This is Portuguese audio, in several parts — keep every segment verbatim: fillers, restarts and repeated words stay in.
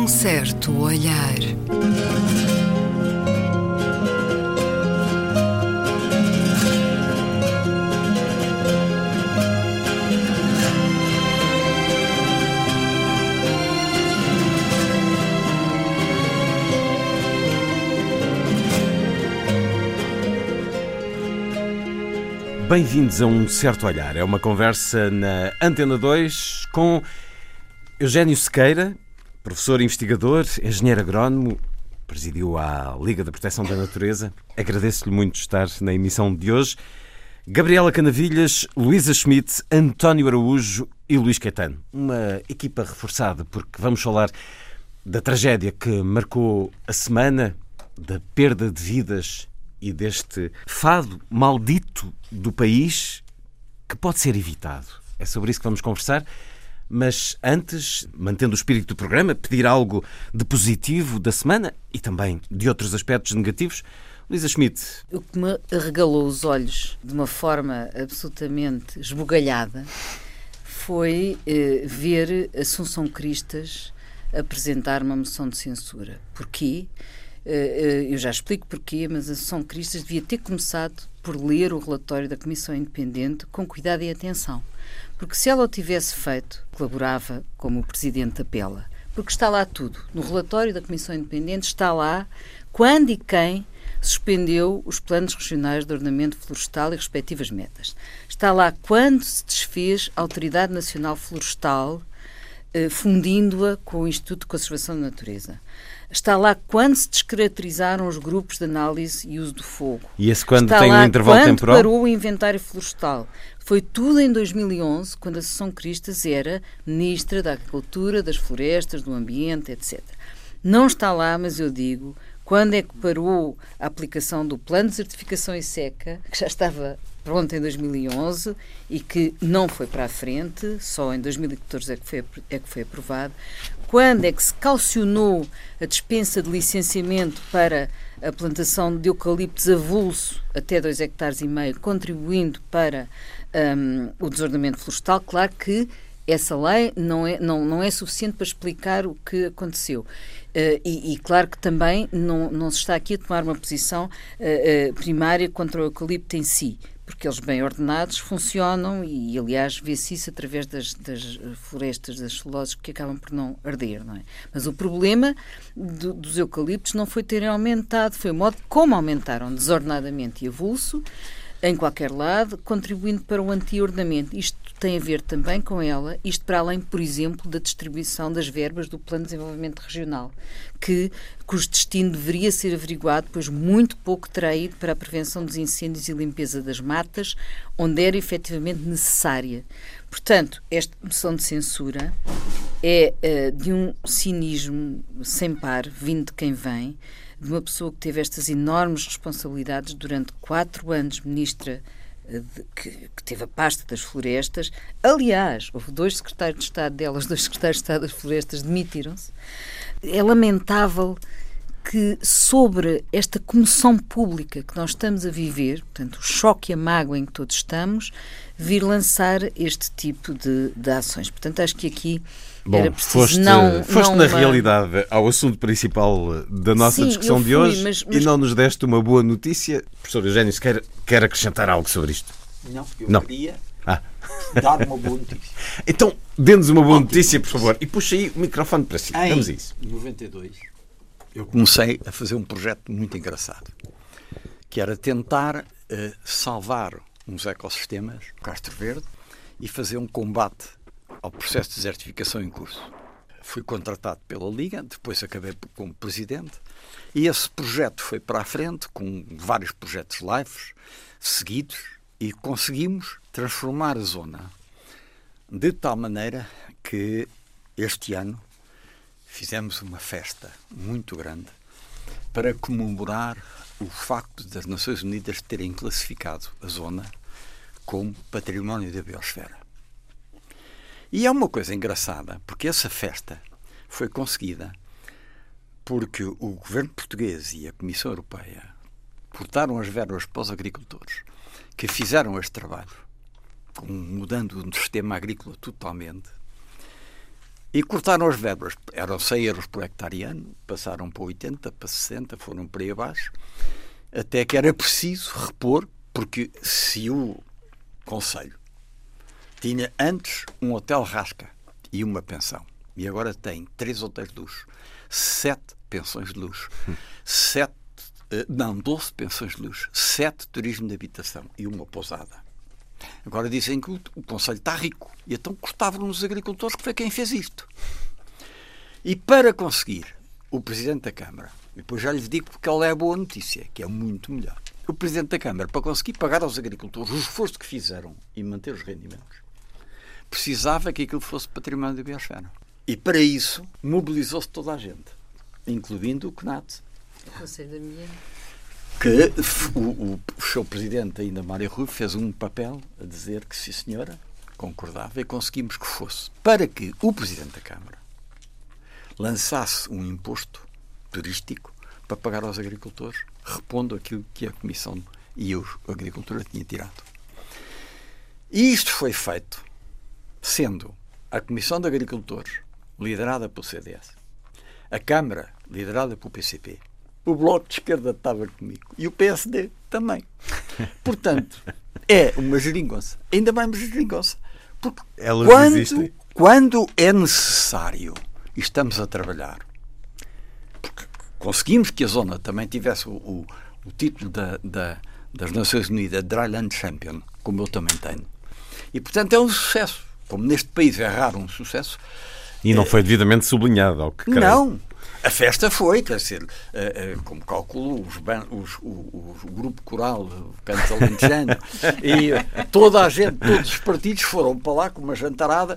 certo olhar. Bem-vindos a Um Certo Olhar. É uma conversa na Antena dois com Eugénio Sequeira, professor investigador, engenheiro agrónomo, presidiu a Liga da Proteção da Natureza. Agradeço-lhe muito estar na emissão de hoje. Gabriela Canavilhas, Luísa Schmidt, António Araújo e Luís Caetano. Uma equipa reforçada, porque vamos falar da tragédia que marcou a semana, da perda de vidas e deste fado maldito do país que pode ser evitado. É sobre isso que vamos conversar, mas antes, mantendo o espírito do programa, pedir algo de positivo da semana e também de outros aspectos negativos. Luísa Schmidt. O que me arregalou os olhos de uma forma absolutamente esbugalhada foi eh, ver Assunção Cristas apresentar uma moção de censura. Porquê? Eu já explico porquê, mas a Assunção Cristas devia ter começado por ler o relatório da Comissão Independente com cuidado e atenção. Porque se ela o tivesse feito, colaborava como o Presidente apela. Porque está lá tudo. No relatório da Comissão Independente está lá quando e quem suspendeu os planos regionais de ordenamento florestal e respectivas metas. Está lá quando se desfez a Autoridade Nacional Florestal, fundindo-a com o Instituto de Conservação da Natureza. Está lá quando se descaracterizaram os grupos de análise e uso do fogo. E esse quando Está tem lá um intervalo quando temporal? Parou o inventário florestal. Foi tudo em dois mil e onze, quando a Assunção Cristas era Ministra da Agricultura, das Florestas, do Ambiente, etcétera. Não está lá, mas eu digo, quando é que parou a aplicação do Plano de Certificação e Seca, que já estava pronto em dois mil e onze e que não foi para a frente, só em dois mil e catorze é que foi, é que foi aprovado. Quando é que se calcionou a dispensa de licenciamento para a plantação de eucaliptos avulso até dois hectares e meio, contribuindo para um, o desordenamento florestal? Claro que essa lei não é, não, não é suficiente para explicar o que aconteceu. Uh, e, e claro que também não, não se está aqui a tomar uma posição uh, uh, primária contra o eucalipto em si, porque eles bem ordenados funcionam e, aliás, vê-se isso através das, das florestas, das celuloses que acabam por não arder, não é? Mas o problema do, dos eucaliptos não foi terem aumentado, foi o modo como aumentaram desordenadamente e avulso, em qualquer lado, contribuindo para o anti-ordenamento. Isto tem a ver também com ela, isto para além, por exemplo, da distribuição das verbas do Plano de Desenvolvimento Regional, que, cujo destino deveria ser averiguado, pois muito pouco terá ido para a prevenção dos incêndios e limpeza das matas, onde era efetivamente necessária. Portanto, esta moção de censura é uh, de um cinismo sem par, vindo de quem vem, de uma pessoa que teve estas enormes responsabilidades durante quatro anos, ministra de, que, que teve a pasta das florestas. Aliás, houve dois secretários de Estado dela, os dois secretários de Estado das florestas demitiram-se. É lamentável que sobre esta comoção pública que nós estamos a viver, portanto, o choque e a mágoa em que todos estamos, vir lançar este tipo de, de ações. Portanto, acho que aqui Bom, era preciso foste, não... foste não na uma... realidade ao assunto principal da nossa Sim, discussão eu de fui, hoje mas, mas... e não nos deste uma boa notícia. Professor Eugénio Sequeira, quer acrescentar algo sobre isto? Não, eu não. queria ah. dar uma boa notícia. Então, dê-nos uma boa Ótimo. notícia, por favor, e puxa aí o microfone para si. Em Vamos a isso. noventa e dois, eu comecei a fazer um projeto muito engraçado, que era tentar uh, salvar uns ecossistemas, o Castro Verde, e fazer um combate ao processo de desertificação em curso. Fui contratado pela Liga, depois acabei como presidente, e esse projeto foi para a frente, com vários projetos lives seguidos, e conseguimos transformar a zona de tal maneira que este ano fizemos uma festa muito grande para comemorar o facto das Nações Unidas terem classificado a zona como património da biosfera. E é uma coisa engraçada, porque essa festa foi conseguida porque o governo português e a Comissão Europeia cortaram as verbas para os agricultores que fizeram este trabalho, mudando o sistema agrícola totalmente, E cortaram as verbas. Eram cem euros por hectare ano, passaram para oitenta, para sessenta, foram para aí abaixo, até que era preciso repor, porque se o Conselho tinha antes um hotel rasca e uma pensão, e agora tem três hotéis de luxo, sete pensões de luxo, sete, não, doze pensões de luxo, sete turismo de habitação e uma pousada. Agora dizem que o, o Conselho está rico, e então cortavam nos agricultores, que foi quem fez isto. E para conseguir, o Presidente da Câmara, e depois já lhes digo porque ela é a boa notícia, que é muito melhor, o Presidente da Câmara, para conseguir pagar aos agricultores o esforço que fizeram e manter os rendimentos, precisava que aquilo fosse património da biosfera. E para isso mobilizou-se toda a gente, incluindo o CNAT. O Conselho da Minha. Que o, o, o seu presidente, ainda Mário Rui, fez um papel a dizer que, sim senhora, concordava, e conseguimos que fosse para que o Presidente da Câmara lançasse um imposto turístico para pagar aos agricultores, repondo aquilo que a Comissão e a Agricultura tinham tirado. E isto foi feito sendo a Comissão de Agricultores liderada pelo C D S, a Câmara liderada pelo P C P, o Bloco de Esquerda estava comigo e o P S D também. Portanto, é uma geringonça. Ainda bem uma geringonça. Porque Elas quando, existem. quando é necessário e estamos a trabalhar, porque conseguimos que a zona também tivesse o, o, o título da, da, das Nações Unidas, Dryland Champion, como eu também tenho. E, portanto, é um sucesso. Como neste país é raro um sucesso. E não foi devidamente sublinhado, ao que creio. Não. A festa foi, quer dizer, uh, uh, como calculo, os, os, o, o, o grupo coral, o Canto Alentejano, e uh, toda a gente, todos os partidos foram para lá com uma jantarada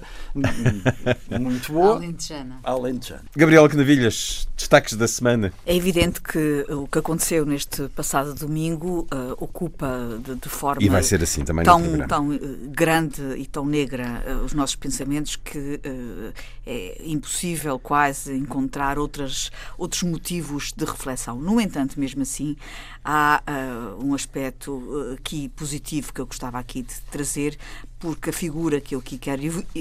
muito boa. Alentejana. Alentejana. Gabriela Canavilhas, destaques da semana. É evidente que o que aconteceu neste passado domingo uh, ocupa de, de forma E vai ser assim também tão, no programa. tão uh, grande e tão negra uh, os nossos pensamentos que uh, é impossível quase encontrar outras outros motivos de reflexão. No entanto, mesmo assim, há uh, um aspecto uh, aqui positivo que eu gostava aqui de trazer, porque a figura que eu aqui quero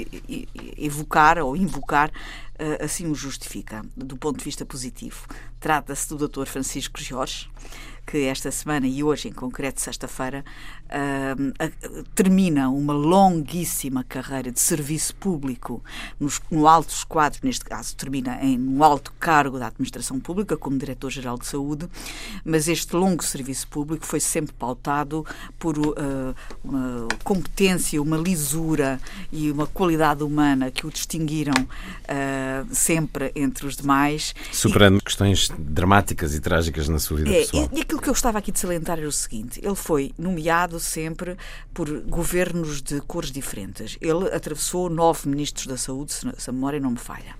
evocar ou invocar uh, assim o justifica, do ponto de vista positivo. Trata-se do doutor Francisco Jorge, que esta semana e hoje, em concreto, sexta-feira, uh, uh, termina uma longuíssima carreira de serviço público nos, no altos quadros, neste caso termina em um alto cargo da administração pública, como Diretor-Geral de Saúde, mas este longo serviço público foi sempre pautado por uh, uma competência, uma lisura e uma qualidade humana que o distinguiram uh, sempre entre os demais. Superando e, questões dramáticas e trágicas na sua vida é, pessoal. E, e aquilo que eu gostava aqui de salientar era o seguinte: ele foi nomeado sempre por governos de cores diferentes. Ele atravessou nove ministros da saúde, se, se a memória não me falha.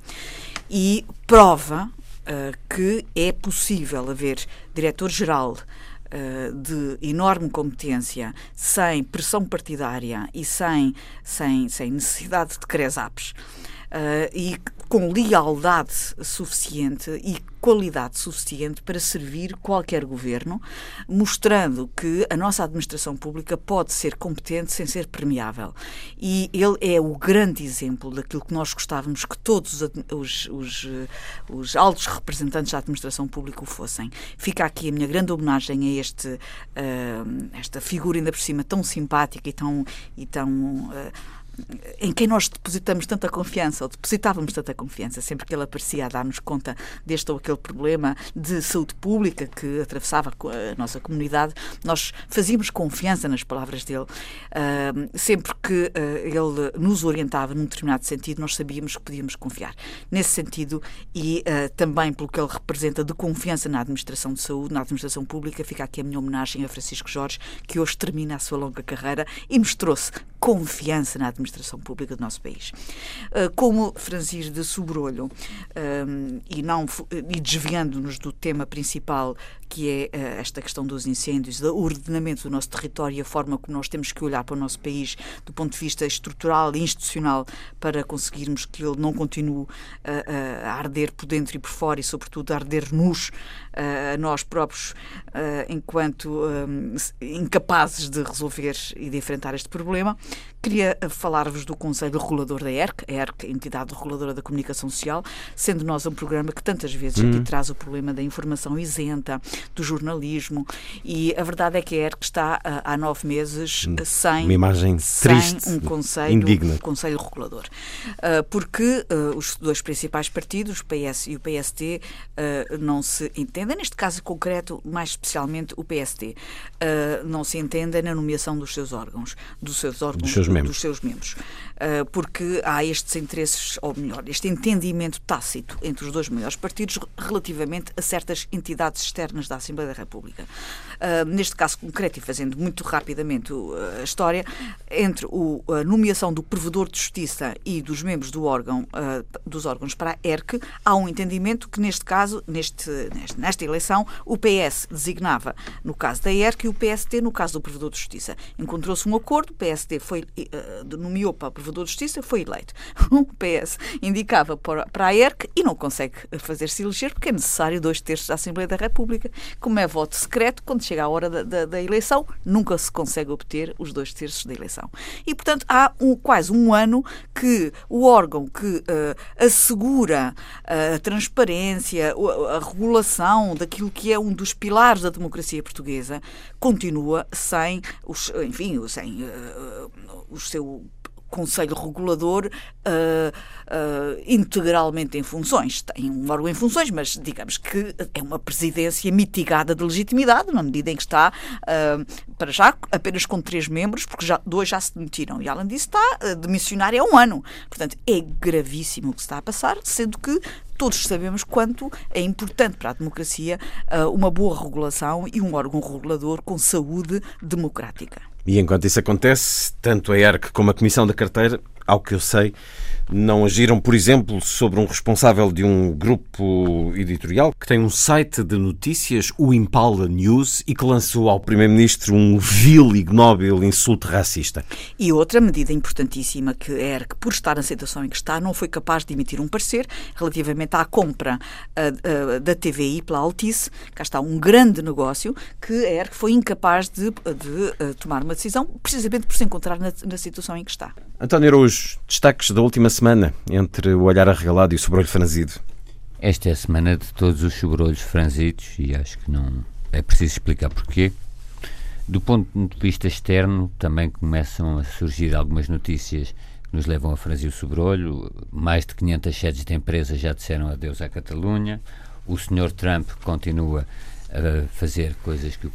E prova uh, que é possível haver diretor-geral uh, de enorme competência, sem pressão partidária e sem, sem, sem necessidade de cresápes, Uh, e com lealdade suficiente e qualidade suficiente para servir qualquer governo, mostrando que a nossa administração pública pode ser competente sem ser permeável. E ele é o grande exemplo daquilo que nós gostávamos que todos os, os, os altos representantes da administração pública o fossem. Fica aqui a minha grande homenagem a este, uh, esta figura ainda por cima tão simpática e tão... E tão uh, em quem nós depositamos tanta confiança, ou depositávamos tanta confiança, sempre que ele aparecia a dar-nos conta deste ou aquele problema de saúde pública que atravessava a nossa comunidade, nós fazíamos confiança nas palavras dele. Uh, sempre que uh, ele nos orientava num determinado sentido, nós sabíamos que podíamos confiar. Nesse sentido, e uh, também pelo que ele representa de confiança na administração de saúde, na administração pública, fica aqui a minha homenagem a Francisco Jorge, que hoje termina a sua longa carreira e nos trouxe confiança na administração pública do nosso país. Como franzir de sobrolho, e, não, e desviando-nos do tema principal, que é esta questão dos incêndios, do ordenamento do nosso território e a forma como nós temos que olhar para o nosso país do ponto de vista estrutural e institucional para conseguirmos que ele não continue a, a arder por dentro e por fora e, sobretudo, a arder-nos a nós próprios enquanto incapazes de resolver e de enfrentar este problema. Queria falar-vos do Conselho Regulador da E R C, a E R C, a Entidade Reguladora da Comunicação Social, sendo nós um programa que tantas vezes hum. aqui traz o problema da informação isenta, do jornalismo, e a verdade é que a E R C está uh, há nove meses uh, sem, uma imagem sem triste, um conselho, indigna. conselho regulador. Uh, porque uh, os dois principais partidos, o P S e o P S D, uh, não se entendem, neste caso concreto, mais especialmente o P S D, uh, não se entendem na nomeação dos seus órgãos, dos seus órgãos, dos seus membros. dos seus membros, uh, porque há estes interesses, ou melhor, este entendimento tácito entre os dois maiores partidos relativamente a certas entidades externas da Assembleia da República. Uh, neste caso concreto, e fazendo muito rapidamente uh, a história, entre o, a nomeação do Provedor de Justiça e dos membros do órgão, uh, dos órgãos para a E R C, há um entendimento que neste caso, neste, neste, nesta eleição, o P S designava no caso da E R C e o P S D no caso do Provedor de Justiça. Encontrou-se um acordo, o P S D foi Uh, nomeou para o Provedor de Justiça, foi eleito. O P S indicava para, para a E R C e não consegue fazer-se eleger porque é necessário dois terços da Assembleia da República. Como é voto secreto, quando chega a hora da, da, da eleição, nunca se consegue obter os dois terços da eleição. E, portanto, há um, quase um ano que o órgão que uh, assegura a transparência, a, a regulação daquilo que é um dos pilares da democracia portuguesa, continua sem, os, enfim, sem uh, o seu Conselho Regulador uh, uh, integralmente em funções. Tem um órgão em funções, mas digamos que é uma presidência mitigada de legitimidade, na medida em que está, uh, para já, apenas com três membros, porque já, dois já se demitiram. E, além disso, está uh, demissionário há um ano. Portanto, é gravíssimo o que se está a passar, sendo que todos sabemos quanto é importante para a democracia uh, uma boa regulação e um órgão regulador com saúde democrática. E enquanto isso acontece, tanto a E R C como a Comissão da Carteira, ao que eu sei, não agiram, por exemplo, sobre um responsável de um grupo editorial que tem um site de notícias, o Impala News, e que lançou ao Primeiro-Ministro um vil e ignóbil insulto racista. E outra medida importantíssima que a E R C, por estar na situação em que está, não foi capaz de emitir um parecer relativamente à compra uh, uh, da T V I pela Altice. Cá está um grande negócio que a E R C foi incapaz de, de uh, tomar uma decisão, precisamente por se encontrar na, na situação em que está. António Araújo, destaques da última semana entre o olhar arregalado e o sobrolho franzido. Esta é a semana de todos os sobrolhos franzidos e acho que não é preciso explicar porquê. Do ponto de vista externo, também começam a surgir algumas notícias que nos levam a franzir o sobrolho. Mais de quinhentas sedes de empresas já disseram adeus à Catalunha. O senhor Trump continua a fazer coisas que o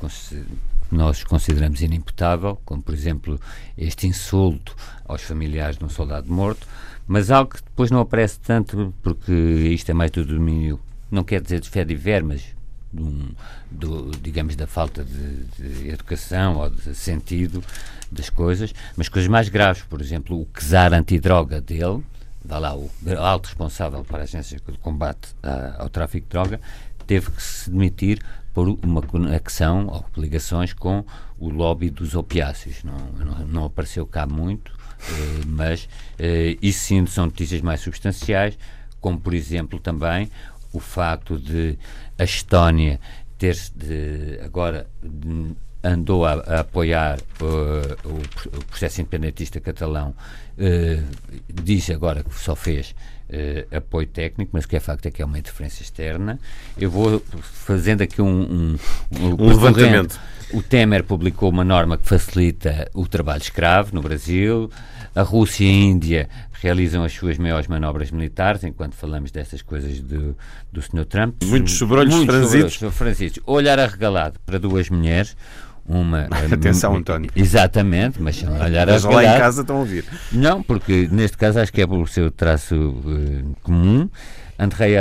nós consideramos inimputável, como, por exemplo, este insulto aos familiares de um soldado morto, mas algo que depois não aparece tanto, porque isto é mais do domínio, não quer dizer de fé de ver, mas do, do, digamos, da falta de, de educação ou de sentido das coisas, mas coisas mais graves, por exemplo, o czar antidroga dele, vá lá, o alto responsável para a agência de combate a, ao tráfico de droga, teve que se demitir por uma conexão ou ligações com o lobby dos opiáceos. Não, não, não apareceu cá muito, eh, mas eh, isso sim são notícias mais substanciais, como por exemplo também o facto de a Estónia ter de, agora de, andou a, a apoiar uh, o, o processo independentista catalão, uh, diz agora que só fez Uh, apoio técnico, mas o que é facto é que é uma interferência externa. Eu vou fazendo aqui um, um, um, um levantamento. O Temer publicou uma norma que facilita o trabalho escravo no Brasil. A Rússia e a Índia realizam as suas maiores manobras militares, enquanto falamos dessas coisas do, do senhor Trump. Muitos sobrolhos franzidos. franzidos. Olhar arregalado para duas mulheres. Uma, Atenção, um, António. Exatamente, mas olhar mas lá em casa estão a ouvir. Não, porque neste caso acho que é pelo seu traço uh, comum. Andrei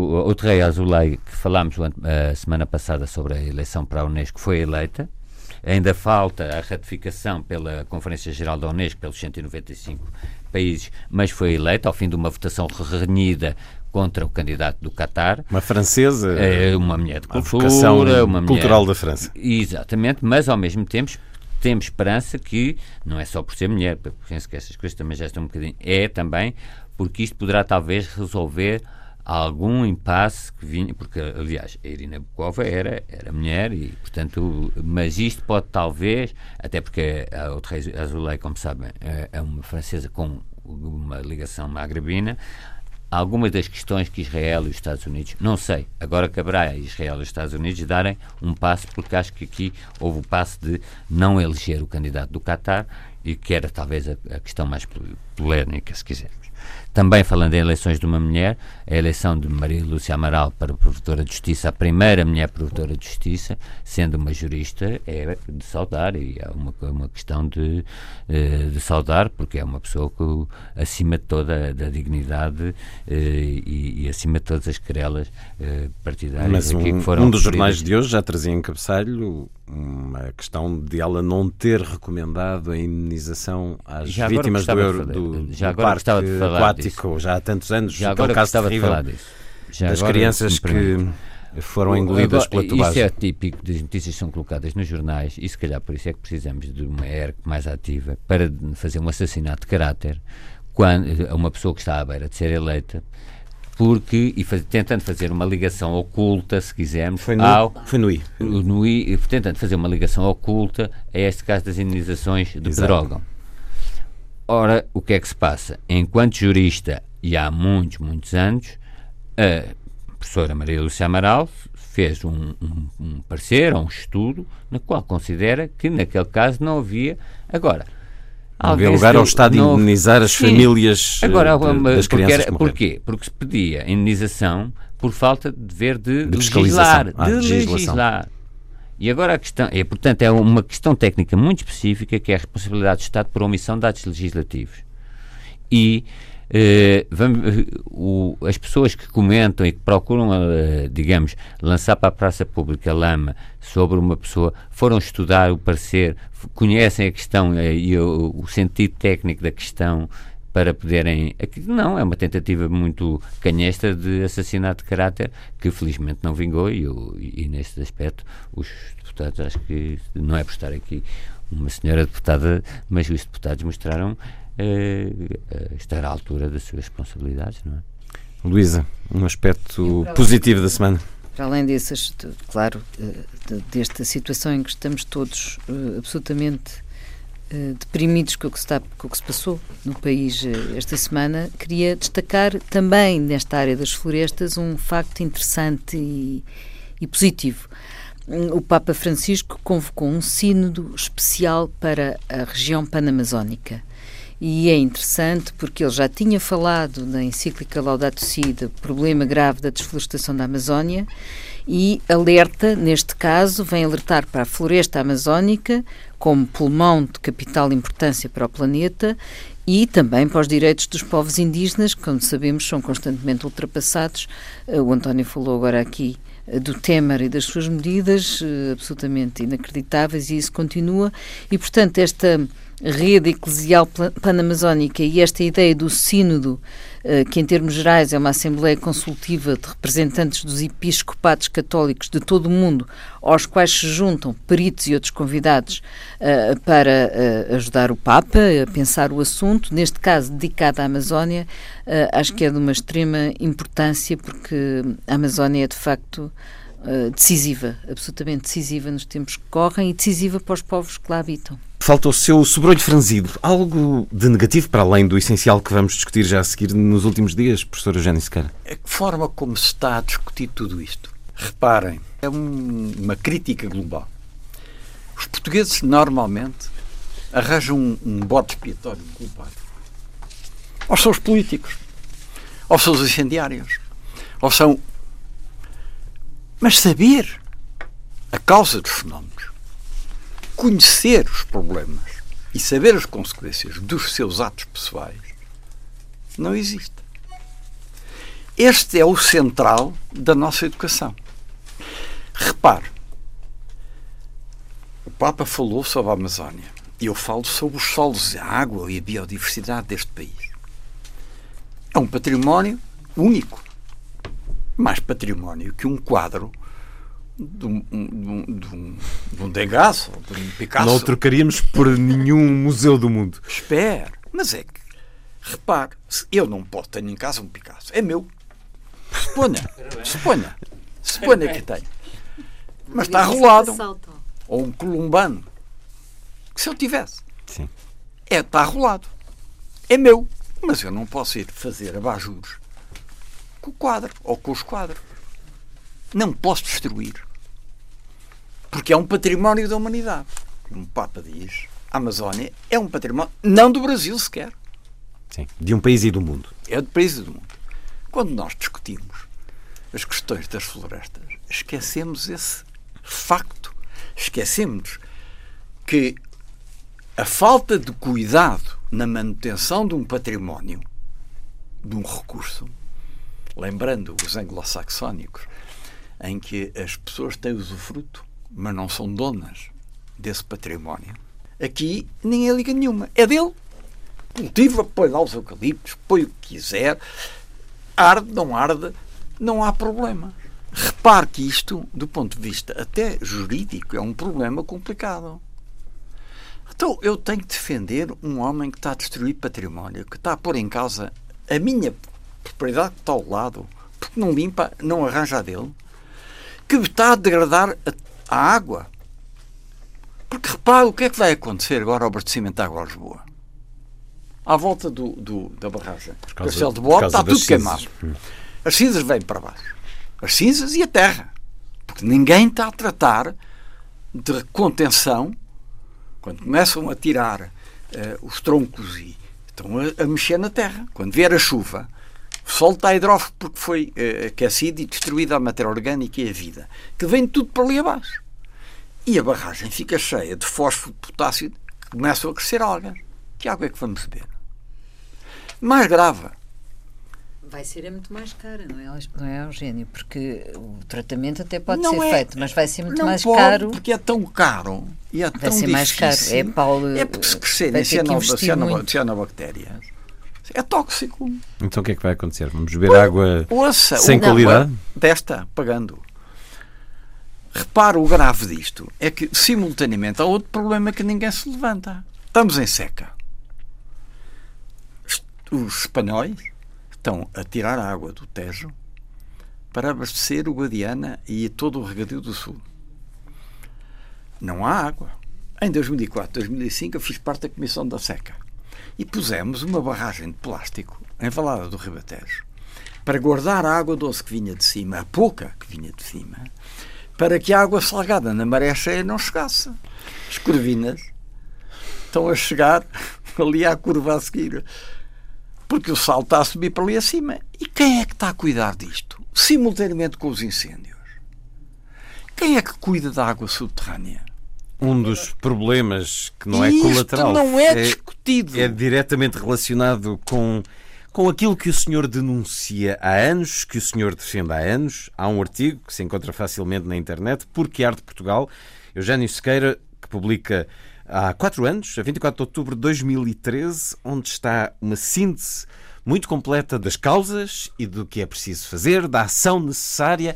Azoulay, que falámos a semana passada sobre a eleição para a Unesco, foi eleita. Ainda falta a ratificação pela Conferência Geral da Unesco, pelos cento e noventa e cinco países, mas foi eleita ao fim de uma votação renhida contra o candidato do Qatar. Uma francesa. É, uma mulher de cultura. Uma cultural mulher, da França. Exatamente, mas ao mesmo tempo temos esperança que, não é só por ser mulher, penso que essas coisas também já estão um bocadinho, é também porque isto poderá talvez resolver algum impasse que vinha, porque, aliás, a Irina Bokova era, era mulher, e, portanto, mas isto pode talvez, até porque a Audrey Azoulay, como sabem, é uma francesa com uma ligação magrebina. Algumas das questões que Israel e os Estados Unidos, não sei, agora caberá a Israel e os Estados Unidos darem um passo, porque acho que aqui houve o passo de não eleger o candidato do Qatar, e que era talvez a, a questão mais polémica, se quisermos. Também falando em eleições de uma mulher, a eleição de Maria Lúcia Amaral para provedora de justiça, a primeira mulher provedora de justiça, sendo uma jurista, é de saudar, e é uma, uma questão de, de saudar, porque é uma pessoa que, acima de toda da dignidade e, e acima de todas as querelas partidárias. Mas um, aqui que foram um dos jornais referidas. de hoje já trazia em cabeçalho uma questão de ela não ter recomendado a indemnização às Já agora vítimas do, gostava de Euro, falar- do, já do agora parque gostava de falar aquático já há tantos anos, Já aquele agora caso gostava de terrível falar disso. Já das agora, crianças se me permite. que foram engolidas Agora, pela Isso tubagem. é típico das notícias que são colocadas nos jornais, e se calhar por isso é que precisamos de uma E R C mais ativa para fazer um assassinato de caráter quando uma pessoa que está à beira de ser eleita, porque, e faz, tentando fazer uma ligação oculta, se quisermos, Foi no, ao, foi no I. no I, tentando fazer uma ligação oculta a este caso das indenizações de Exato. Pedrógão. Ora, o que é que se passa? Enquanto jurista, e há muitos, muitos anos, a professora Maria Lúcia Amaral fez um, um, um parecer, um estudo, no qual considera que naquele caso não havia. Agora, Não havia alguém lugar se ao deu- Estado não- indemnizar as Sim. famílias Agora, de, uma- das porque crianças era- que morreram. porquê? Porque se pedia indenização por falta de dever de, De legislar. fiscalização. Ah, de de legislação. legislar. E agora a questão é, portanto, é uma questão técnica muito específica, que é a responsabilidade do Estado por omissão de atos legislativos. E eh, vamos, eh, o, as pessoas que comentam e que procuram, eh, digamos, lançar para a praça pública lama sobre uma pessoa, foram estudar o parecer, f- conhecem a questão eh, e o, o sentido técnico da questão para poderem... Aqui, não, é uma tentativa muito canhestra de assassinato de caráter que felizmente não vingou, e, o- e, e neste aspecto os deputados, acho que não é por estar aqui uma senhora deputada, mas os deputados mostraram eh, estar à altura das suas responsabilidades, não é? Luísa, um aspecto Eu, positivo da semana. Para além dessas, de- claro, eh, de- desta situação em que estamos todos eh, absolutamente eh, deprimidos com o, que se está, com o que se passou no país eh, esta semana, queria destacar também nesta área das florestas um facto interessante e, e positivo. Um, O Papa Francisco convocou um sínodo especial para a região panamazónica. E é interessante porque ele já tinha falado na encíclica Laudato Si do problema grave da desflorestação da Amazónia, e alerta, neste caso, vem alertar para a floresta amazónica como pulmão de capital importância para o planeta, e também para os direitos dos povos indígenas, que, como sabemos, são constantemente ultrapassados. O António falou agora aqui do Temer e das suas medidas absolutamente inacreditáveis, e isso continua. E, portanto, esta rede eclesial panamazónica e esta ideia do sínodo, que em termos gerais é uma assembleia consultiva de representantes dos episcopados católicos de todo o mundo, aos quais se juntam peritos e outros convidados para ajudar o Papa a pensar o assunto, neste caso dedicado à Amazónia, acho que é de uma extrema importância, porque a Amazónia é de facto decisiva, absolutamente decisiva nos tempos que correm, e decisiva para os povos que lá habitam. Falta o seu sobrolho franzido. Algo de negativo para além do essencial que vamos discutir já a seguir nos últimos dias, professor Eugénio Sequeira? A forma como se está a discutir tudo isto. Reparem, é um, uma crítica global. Os portugueses normalmente arranjam um, um bode expiatório culpado. Ou são os políticos, ou são os incendiários, ou são... Mas saber a causa dos fenómenos, conhecer os problemas e saber as consequências dos seus atos pessoais, não existe. Este é o central da nossa educação. Repare, o Papa falou sobre a Amazónia e eu falo sobre os solos, a água e a biodiversidade deste país. É um património único. Mais património que um quadro de um, de um, de um, de um Degas ou de um Picasso. Não o trocaríamos por nenhum museu do mundo. Espere, mas é que, repare, eu não posso ter em casa um Picasso, é meu. suponha, suponha, suponha que tem. Mas está rolado. Ou um columbano. Que se eu tivesse. Sim. É, está rolado. É meu. Mas eu não posso ir fazer abajures com o quadro ou com os quadros. Não posso destruir. Porque é um património da humanidade. Como o Papa diz, a Amazónia é um património, não do Brasil sequer. Sim, de um país e do mundo. É do país e do mundo. Quando nós discutimos as questões das florestas, esquecemos esse facto. Esquecemos que a falta de cuidado na manutenção de um património, de um recurso, lembrando os anglo-saxónicos, em que as pessoas têm usufruto, mas não são donas desse património. Aqui ninguém liga nenhuma. É dele. Cultiva, põe lá os eucaliptos, põe o que quiser, arde, não arde, não há problema. Repare que isto, do ponto de vista até jurídico, é um problema complicado. Então, eu tenho que defender um homem que está a destruir património, que está a pôr em causa a minha propriedade que está ao lado, porque não limpa, não arranja a dele, que está a degradar a, a água. Porque repare o que é que vai acontecer agora ao abastecimento de água a Lisboa. À volta do, do, da barragem. O Castelo de Bode está tudo queimado. As cinzas vêm para baixo. As cinzas e a terra. Porque ninguém está a tratar de contenção. Quando começam a tirar uh, os troncos e estão a, a mexer na terra. Quando vier a chuva, o solo está hidrófobo porque foi uh, aquecido e destruída a matéria orgânica e a vida. Que vem tudo para ali abaixo. E a barragem fica cheia de fósforo de potássio que começam a crescer algas. Que água é que vamos beber? Mais grave. Vai ser é muito mais cara, não é, não é, Eugénio? Porque o tratamento até pode não ser é, feito, mas vai ser muito não mais pode, caro. Porque é tão caro e é vai tão ser difícil. Mais caro. É, Paulo, é porque se crescerem cianobactérias é tóxico. Então o que é que vai acontecer? Vamos beber água Ouça, sem o, qualidade? Desta, pagando. Repara, o grave disto é que, simultaneamente, há outro problema que ninguém se levanta. Estamos em seca. Os espanhóis estão a tirar a água do Tejo para abastecer o Guadiana e todo o regadio do Sul. Não há água. Em dois mil e quatro, dois mil e cinco, eu fiz parte da Comissão da Seca e pusemos uma barragem de plástico em Valada do Ribatejo para guardar a água doce que vinha de cima, a pouca que vinha de cima, para que a água salgada na maré cheia não chegasse. As corvinas estão a chegar ali à curva a seguir, porque o sal está a subir para ali acima. E quem é que está a cuidar disto? Simultaneamente com os incêndios. Quem é que cuida da água subterrânea? Um dos problemas que não é Isto colateral. não é discutido. É, é diretamente relacionado com, com aquilo que o senhor denuncia há anos, que o senhor defende há anos. Há um artigo que se encontra facilmente na internet, Porque Arde Portugal, Eugénio Sequeira, que publica há quatro anos, a vinte e quatro de outubro de dois mil e treze, onde está uma síntese muito completa das causas e do que é preciso fazer, da ação necessária.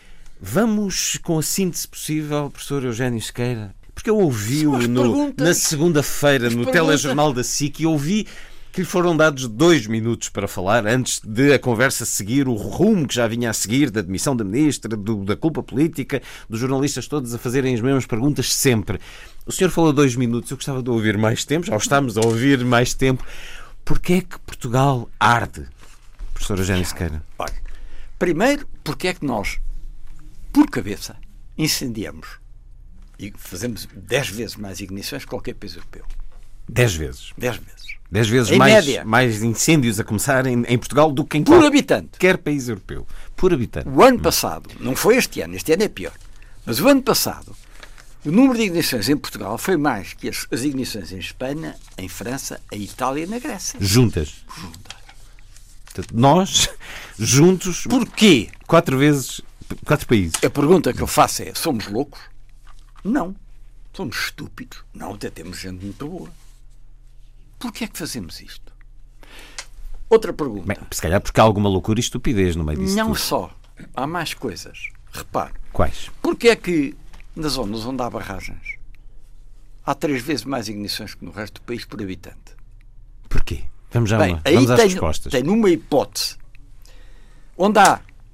Vamos com a síntese possível, professor Eugénio Sequeira? Porque eu ouvi-o no, na segunda-feira no telejornal da S I C e ouvi que lhe foram dados dois minutos para falar antes de a conversa seguir o rumo que já vinha a seguir da demissão da ministra, do, da culpa política, dos jornalistas todos a fazerem as mesmas perguntas sempre. O senhor falou dois minutos, eu gostava de ouvir mais tempo, já estamos a ouvir mais tempo. Porquê é que Portugal arde, professor Eugénio Sequeira? Olha, primeiro, porque é que nós, por cabeça, incendiamos e fazemos dez vezes mais ignições que qualquer país europeu. Dez vezes. Dez vezes. Dez vezes em mais, média. mais incêndios a começar em, em Portugal do que em por habitante. qualquer país europeu. Por habitante. O ano passado, não foi este ano, este ano é pior, mas o ano passado, o número de ignições em Portugal foi mais que as, as ignições em Espanha, em França, em Itália e na Grécia. Juntas. Juntas. Portanto, nós, juntos... Porquê? Quatro vezes... Quatro países. A pergunta que eu faço é, somos loucos? Não. Somos estúpidos? Não, até temos gente muito boa. Porquê é que fazemos isto? Outra pergunta. Bem, se calhar porque há alguma loucura e estupidez no meio disso Não tudo. só. Há mais coisas. Repare. Quais? Porquê é que nas zonas onde há barragens há três vezes mais ignições que no resto do país por habitante? Porquê? Vamos já Bem, uma. aí Vamos às tenho, respostas. tenho uma hipótese. Onde há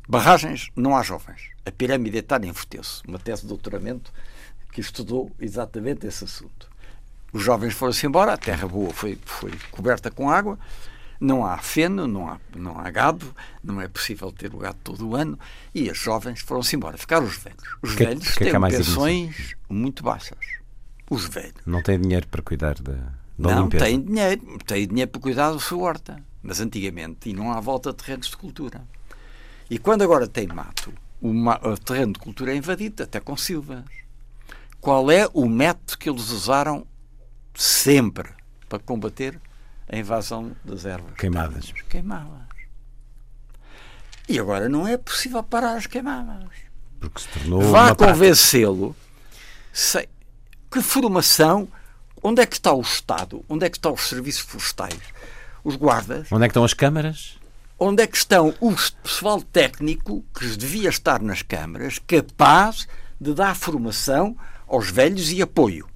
Barragens, não há jovens. A pirâmide etária inverteu-se. Uma tese de doutoramento que estudou exatamente esse assunto. Os jovens foram-se embora, a terra boa foi, foi coberta com água, não há feno, não há, não há gado, não é possível ter o gado todo o ano, e os jovens foram-se embora. Ficaram os velhos. Os que, velhos que têm é que pensões muito baixas. Os velhos. Não têm dinheiro para cuidar da, da não, limpeza. Não, têm dinheiro. Têm dinheiro para cuidar da sua horta. Mas antigamente, e não há volta de terrenos de cultura. E quando agora tem mato, o, ma o terreno de cultura é invadido, até com silvas. Qual é o método que eles usaram sempre para combater a invasão das ervas? Queimadas. Queimadas. E agora não é possível parar as queimadas. Porque se tornou Vá uma convencê-lo. Que formação? Onde é que está o Estado? Onde é que estão os serviços florestais? Os guardas? Onde é que estão as câmaras? Onde é que estão o pessoal técnico que devia estar nas câmaras, capaz de dar formação aos velhos e apoio?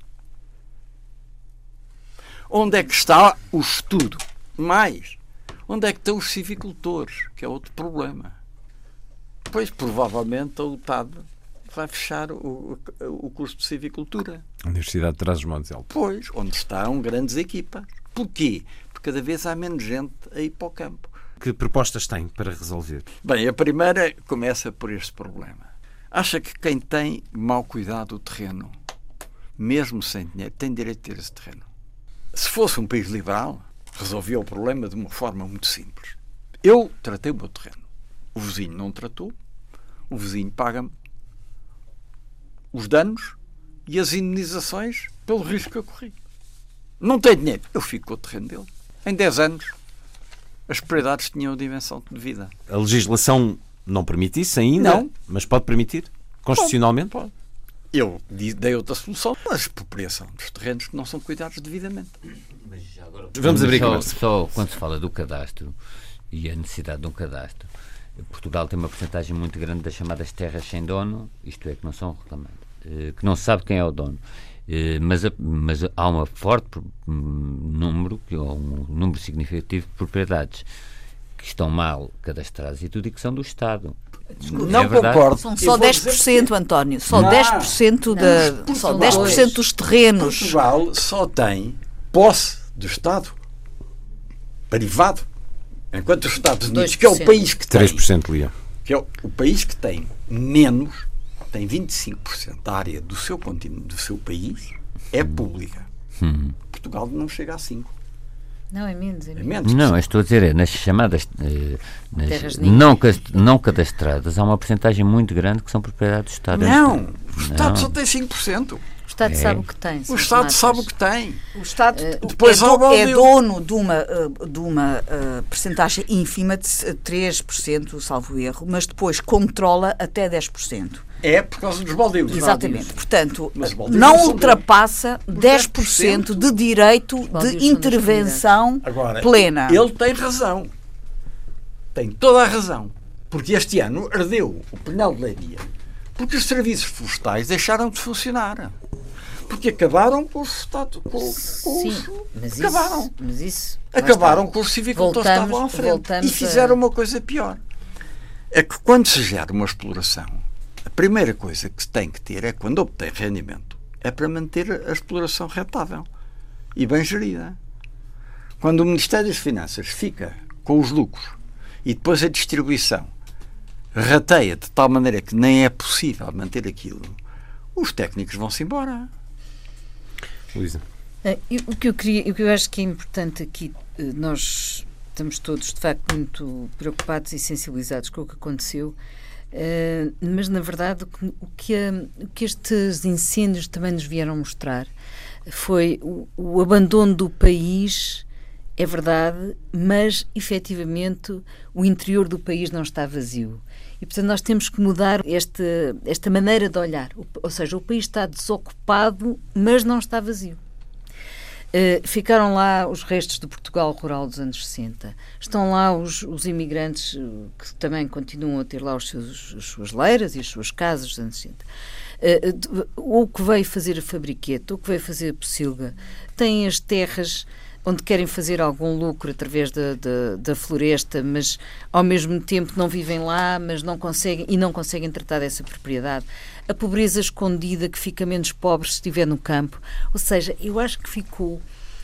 Onde é que está o estudo? Mais, onde é que estão os civicultores? Que é outro problema. Pois, provavelmente, a U T A D vai fechar o, o curso de civicultura. A Universidade de Trás-os-Montes. Pois, onde estão grandes equipas. Porquê? Porque cada vez há menos gente a ir para o campo. Que propostas tem para resolver? Bem, a primeira começa por este problema. Acha que quem tem mau cuidado do terreno, mesmo sem dinheiro, tem direito a ter esse terreno? Se fosse um país liberal, resolvia o problema de uma forma muito simples. Eu tratei o meu terreno. O vizinho não tratou. O vizinho paga-me os danos e as indenizações pelo risco que eu corri. Não tem dinheiro. Eu fico com o terreno dele. Em dez anos, as propriedades tinham a dimensão de vida. A legislação não permite isso ainda? Não. Mas pode permitir? Constitucionalmente? Pode. pode. Eu dei outra solução, a expropriação dos terrenos que não são cuidados devidamente. Mas já agora, Vamos abrir a só, conversa. só quando se fala do cadastro e a necessidade de um cadastro, Portugal tem uma porcentagem muito grande das chamadas terras sem dono, isto é, que não são reclamadas, que não se sabe quem é o dono. Mas, mas há um forte número, um número significativo de propriedades que estão mal cadastradas e tudo e que são do Estado. Desculpa, não é verdade? concordo. São só dez por cento, que... António. Só não, dez por cento, da, não, só dez por cento dos terrenos. Portugal só tem posse do Estado privado. Enquanto os Estados Unidos, que é o país que tem... três por cento, Lia. Que é o, o país que tem menos, tem vinte e cinco por cento da área do seu continente, do seu país, é pública. Hum. Portugal não chega a cinco por cento. Não, é menos. É É menos. menos. Não, eu estou a dizer, é, nas chamadas eh, nas Terras não, não cadastradas, há uma porcentagem muito grande que são propriedade do Estado. Não, o Estado Não. só tem cinco por cento. O Estado É. sabe o que tem. O Estado sabe o que tem. O Estado Uh, depois é, há o do, é Baldio. dono de uma, uh, de uma uh, percentagem ínfima de três por cento, salvo erro, mas depois controla até dez por cento. É por causa dos baldios. Exatamente. Portanto, Mas os baldios não são ultrapassa dez por cento de direito baldios de são das intervenção Agora, plena. ele tem razão. Tem toda a razão. Porque este ano ardeu o Pinhal de Leiria. Porque os serviços florestais deixaram de funcionar. Porque acabaram com os Estados. Com, com Sim, os, mas acabaram. isso, mas isso lá Acabaram está. com os civicultores que estavam à Voltamos- frente. voltamos E fizeram a- uma coisa pior. É que quando se gera uma exploração, a primeira coisa que se tem que ter é, quando obtém rendimento, é para manter a exploração rentável e bem gerida. Quando o Ministério das Finanças fica com os lucros e depois a distribuição rateia de tal maneira que nem é possível manter aquilo, os técnicos vão-se embora. Luísa. Eh, e O que eu queria, o que eu acho que é importante aqui, eh, nós estamos todos de facto muito preocupados e sensibilizados com o que aconteceu, eh, mas na verdade o que, o que, a- o que estes incêndios também nos vieram mostrar foi o, o abandono do país, é verdade, mas efetivamente o interior do país não está vazio. E, portanto, nós temos que mudar este, esta maneira de olhar. O- ou seja, o país está desocupado, mas não está vazio. Uh, ficaram lá os restos do Portugal rural dos anos sessenta. Estão lá os, os imigrantes uh, que também continuam a ter lá os seus, as suas leiras e as suas casas dos anos sessenta. Uh, uh, o que veio fazer a Fabriqueta, o que veio fazer a Pocilga, têm as terras onde querem fazer algum lucro através da, da, da floresta, mas ao mesmo tempo não vivem lá, mas não conseguem e não conseguem tratar dessa propriedade. A pobreza escondida que fica menos pobre se estiver no campo. Ou seja, eu acho que ficou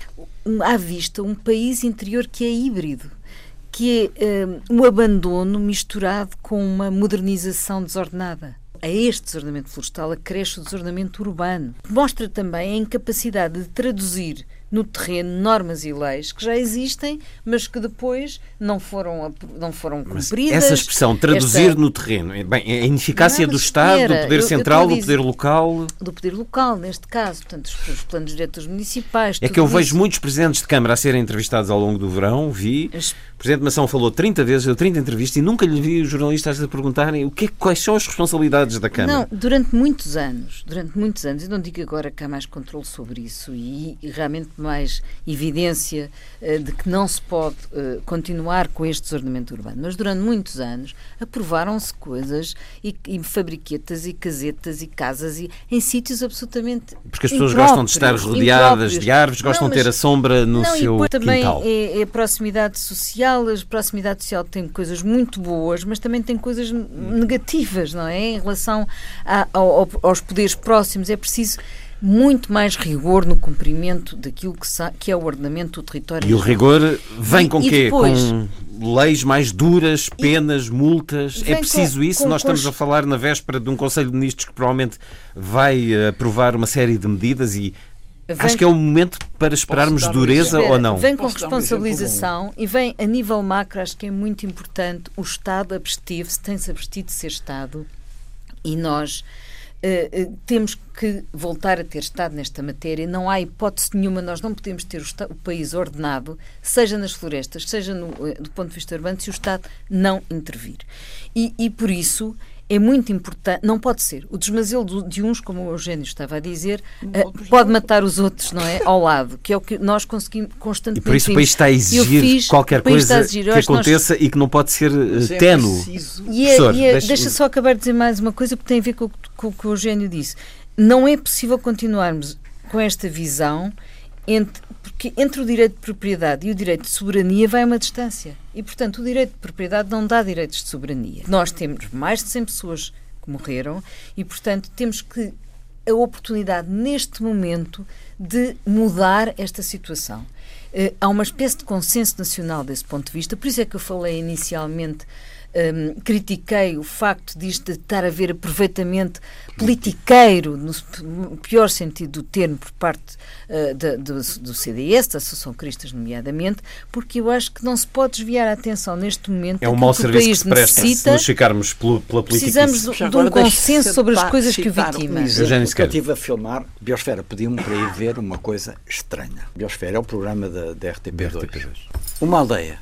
um, à vista um país interior que é híbrido, que é um, um abandono misturado com uma modernização desordenada. A este desordenamento florestal acresce o desordenamento urbano. Mostra também a incapacidade de traduzir no terreno normas e leis que já existem, mas que depois não foram, não foram cumpridas. Mas essa expressão, traduzir esta... no terreno, bem, a ineficácia não, do Estado, era, do poder eu, central, eu do poder local... Do poder local, neste caso, portanto, os, os planos diretores municipais... É que eu isso. vejo muitos presidentes de Câmara a serem entrevistados ao longo do verão, vi... As... O Presidente Mação falou trinta vezes, deu trinta entrevistas e nunca lhe vi os jornalistas a perguntarem o que é, quais são as responsabilidades da Câmara. Não, durante muitos anos, durante muitos anos, eu não digo agora que há mais controle sobre isso e, e realmente mais evidência uh, de que não se pode uh, continuar com este desordenamento urbano, mas durante muitos anos aprovaram-se coisas e, e fabriquetas e casetas e casas e, em sítios absolutamente porque as pessoas gostam de estar rodeadas de árvores, gostam não, de ter a sombra no não, seu e também quintal. É, é a proximidade social. A proximidade social tem coisas muito boas, mas também tem coisas negativas, não é? Em relação a, ao, aos poderes próximos, é preciso muito mais rigor no cumprimento daquilo que, que é o ordenamento do território. E o rigor vem com e, quê? Depois, com leis mais duras, penas, multas? É preciso com, isso? com, Nós com estamos os... a falar na véspera de um Conselho de Ministros que provavelmente vai aprovar uma série de medidas e Vem, acho que é o momento para esperarmos dureza ou não. Vem com responsabilização e vem a nível macro, acho que é muito importante, o Estado absteve-se, tem-se abstido de ser Estado e nós uh, uh, temos que voltar a ter Estado nesta matéria. Não há hipótese nenhuma, nós não podemos ter o, o país ordenado, seja nas florestas, seja no, do ponto de vista urbano, se o Estado não intervir. E, e por isso... É muito importante, não pode ser. O desmazelo de uns, como o Eugénio estava a dizer, uh, pode matar os outros, não é? Ao lado, que é o que nós conseguimos constantemente. E por isso o país está a exigir fiz, qualquer coisa exigir, que aconteça nós... e que não pode ser uh, ténue. E, é, e é, deixa... deixa só acabar de dizer mais uma coisa, porque tem a ver com, com o que o Eugénio disse. Não é possível continuarmos com esta visão, entre, porque entre o direito de propriedade e o direito de soberania vai uma distância. E, portanto, o direito de propriedade não dá direitos de soberania. Nós temos mais de cem pessoas que morreram e, portanto, temos que a oportunidade, neste momento, de mudar esta situação. Uh, há uma espécie de consenso nacional desse ponto de vista, por isso é que eu falei inicialmente, um, critiquei o facto disto de estar a haver aproveitamento politiqueiro, no pior sentido do termo, por parte uh, da, do, do C D S, da Associação Cristas, nomeadamente, porque eu acho que não se pode desviar a atenção neste momento. É um mau serviço que se presta se nos ficarmos pela, pela política. Precisamos de, de um consenso sobre as coisas que o vitimam. Um que eu estive a filmar, Biosfera, pediu-me para ir ver uma coisa estranha. Biosfera é o programa da, da R T P dois. Uma aldeia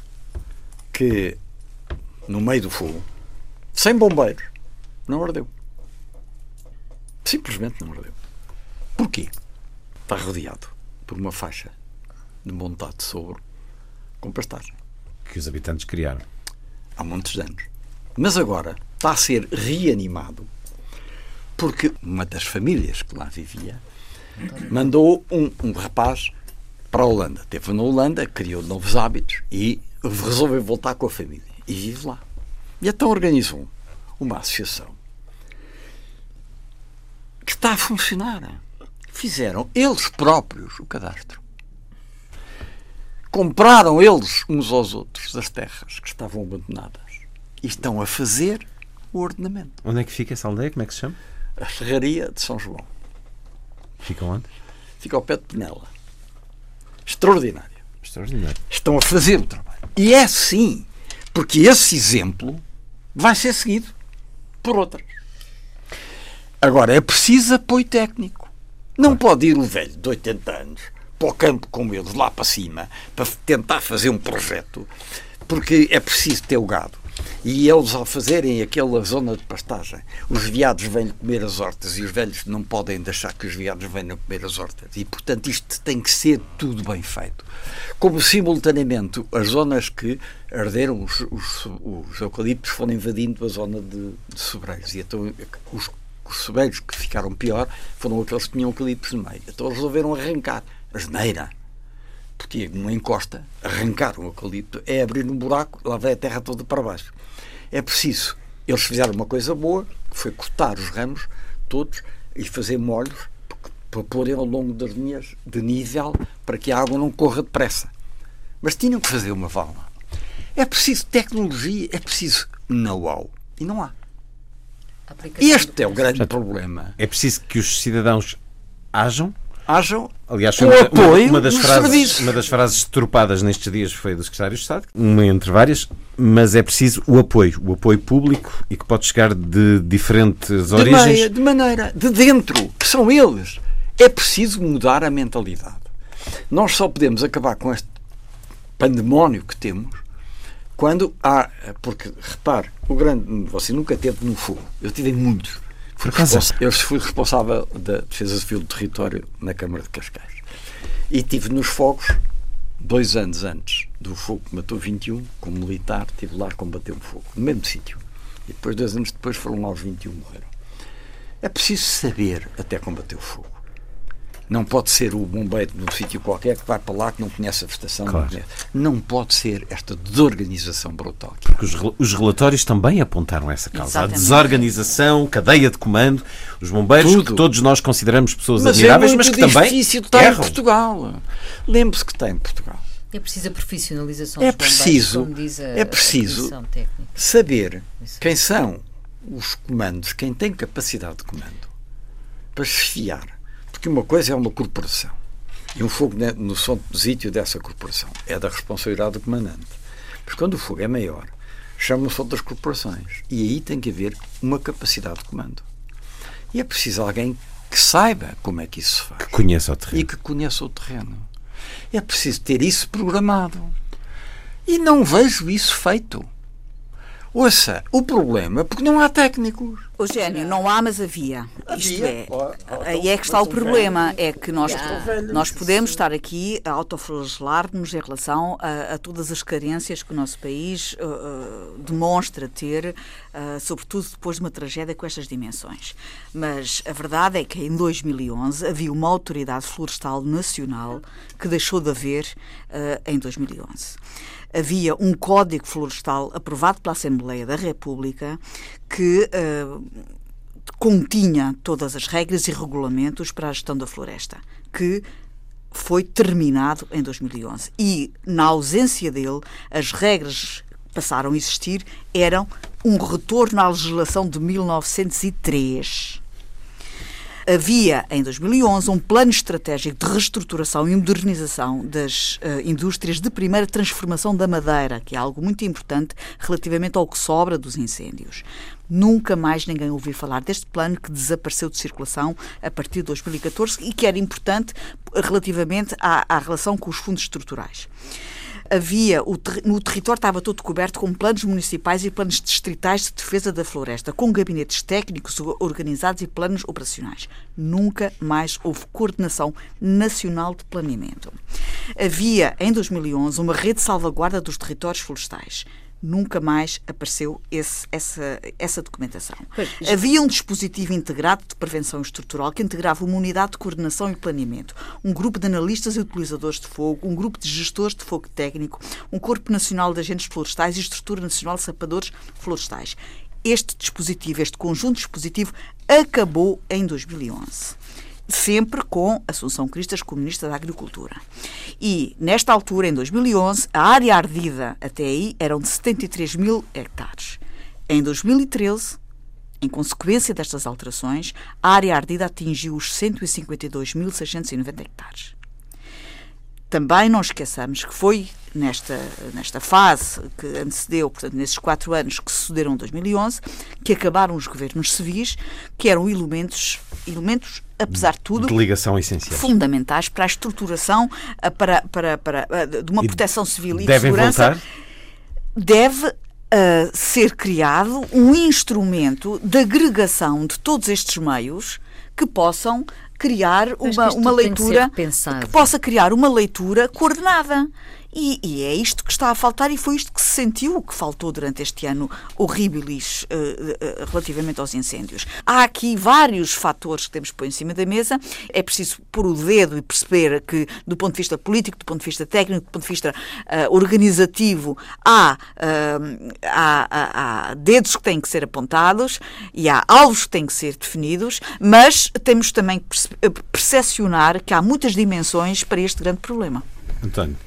que, no meio do fogo, sem bombeiros, não ardeu. Simplesmente não ardeu. Porquê? Está rodeado por uma faixa de montado de sogro com pastagem. Que os habitantes criaram. Há muitos de anos. Mas agora está a ser reanimado porque uma das famílias que lá vivia mandou um, um rapaz para a Holanda. Esteve na Holanda, criou novos hábitos e resolveu voltar com a família. E vive lá. E então organizou uma associação que está a funcionar. Fizeram eles próprios o cadastro. Compraram eles uns aos outros as terras que estavam abandonadas e estão a fazer o ordenamento. Onde é que fica essa aldeia? Como é que se chama? A Serraria de São João. Fica onde? Fica ao pé de Penela. Extraordinário. Extraordinário. Estão a fazer o trabalho. E é sim, porque esse exemplo vai ser seguido por outras. Agora, é preciso apoio técnico. Não pode ir o velho de oitenta anos para o campo com eles, lá para cima, para tentar fazer um projeto, porque é preciso ter o gado. E eles, ao fazerem aquela zona de pastagem, os veados vêm comer as hortas e os velhos não podem deixar que os veados venham comer as hortas. E, portanto, isto tem que ser tudo bem feito. Como, simultaneamente, as zonas que arderam, os, os, os eucaliptos foram invadindo a zona de, de sobreiros. E então, os, os sobreiros que ficaram pior foram aqueles que tinham eucaliptos no meio. Então, eles resolveram arrancar a geneira porque numa encosta, arrancar um eucalipto é abrir um buraco, lá vai a terra toda para baixo. É preciso, eles fizeram uma coisa boa, que foi cortar os ramos todos e fazer molhos para porem ao longo das linhas de nível para que a água não corra depressa. Mas tinham que fazer uma vala. É preciso tecnologia, é preciso know-how. E não há. Este é o grande Portanto, problema. É preciso que os cidadãos hajam. Hajam Aliás, com foi uma, apoio uma, das nos frases, serviços. uma das frases tropadas nestes dias foi do Secretário de Estado, uma entre várias, mas é preciso o apoio, o apoio público e que pode chegar de diferentes De, origens. meia, de maneira, de dentro, que são eles. É preciso mudar a mentalidade. Nós só podemos acabar com este pandemónio que temos quando há, porque repare, o grande, você nunca teve no fogo, eu tive muitos. Por acaso? Eu fui responsável da defesa civil do território na Câmara de Cascais e tive nos fogos dois anos antes do fogo que matou vinte e um, como militar, estive lá a combater um fogo no mesmo sítio e depois, dois anos depois, foram lá os vinte e um morreram. É preciso saber até combater o fogo. Não pode ser o bombeiro de um sítio qualquer que vai para lá que não conhece a vegetação. Claro. Não, conhece. Não pode ser esta desorganização brutal. Porque os, os relatórios também apontaram essa causa. Exatamente. A desorganização, cadeia de comando, os bombeiros, Tudo. que todos nós consideramos pessoas Mas admiráveis, é mas muito que também difícil estar em erram. Portugal. Lembre-se que está em Portugal. É preciso a profissionalização É dos bombeiros, preciso, como diz a, é preciso a Comissão Técnica. saber Isso. quem são os comandos, quem tem capacidade de comando para se fiar. Porque uma coisa é uma corporação e um fogo no sítio dessa corporação é da responsabilidade do comandante. Mas quando o fogo é maior, chamam-se outras corporações e aí tem que haver uma capacidade de comando. E é preciso alguém que saiba como é que isso se faz. Que conheça o terreno. E que conheça o terreno. É preciso ter isso programado. E não vejo isso feito. Ouça, o problema é porque não há técnicos. Eugénio, não há, mas havia. Isto Havia. é, Oh, oh, aí é que está o mas são problema. velhos. É que nós, São velhos. nós podemos estar aqui a autoflagelar-nos em relação a, a todas as carências que o nosso país uh, uh, demonstra ter, uh, sobretudo depois de uma tragédia com estas dimensões. Mas a verdade é que em dois mil e onze havia uma autoridade florestal nacional que deixou de haver uh, em dois mil e onze. Havia um código florestal aprovado pela Assembleia da República que uh, continha todas as regras e regulamentos para a gestão da floresta, que foi terminado em dois mil e onze. E, na ausência dele, as regras que passaram a existir eram um retorno à legislação de mil novecentos e três. Havia, em dois mil e onze, um plano estratégico de reestruturação e modernização das uh, indústrias de primeira transformação da madeira, que é algo muito importante relativamente ao que sobra dos incêndios. Nunca mais ninguém ouviu falar deste plano que desapareceu de circulação a partir de dois mil e catorze e que era importante relativamente à, à relação com os fundos estruturais. Havia, o ter, no território estava todo coberto com planos municipais e planos distritais de defesa da floresta, com gabinetes técnicos organizados e planos operacionais. Nunca mais houve coordenação nacional de planeamento. Havia, em dois mil e onze, uma rede de salvaguarda dos territórios florestais. Nunca mais apareceu esse, essa, essa documentação. Pois, já... Havia um dispositivo integrado de prevenção estrutural que integrava uma unidade de coordenação e planeamento, um grupo de analistas e utilizadores de fogo, um grupo de gestores de fogo técnico, um corpo nacional de agentes florestais e estrutura nacional de sapadores florestais. Este dispositivo, este conjunto dispositivo, acabou em dois mil e onze. Sempre com Assunção Cristas como Ministra da Agricultura. E, nesta altura, em dois mil e onze, a área ardida até aí eram de setenta e três mil hectares. Em dois mil e treze, em consequência destas alterações, a área ardida atingiu os cento e cinquenta e dois mil seiscentos e noventa hectares. Também não esqueçamos que foi nesta, nesta fase que antecedeu, portanto, nesses quatro anos que sucederam dois mil e onze, que acabaram os governos civis, que eram elementos, elementos apesar de tudo, de ligação essencial, fundamentais para a estruturação para, para, para, de uma proteção civil e, e de devem segurança. Voltar? Deve uh, ser criado um instrumento de agregação de todos estes meios que possam criar uma, uma leitura que, que possa criar uma leitura coordenada E, e é isto que está a faltar e foi isto que se sentiu que faltou durante este ano horribilis uh, uh, relativamente aos incêndios. Há aqui vários fatores que temos que pôr em cima da mesa. É preciso pôr o dedo e perceber que, do ponto de vista político, do ponto de vista técnico, do ponto de vista uh, organizativo, há, uh, há, há, há dedos que têm que ser apontados e há alvos que têm que ser definidos, mas temos também que perce- percepcionar que há muitas dimensões para este grande problema. António.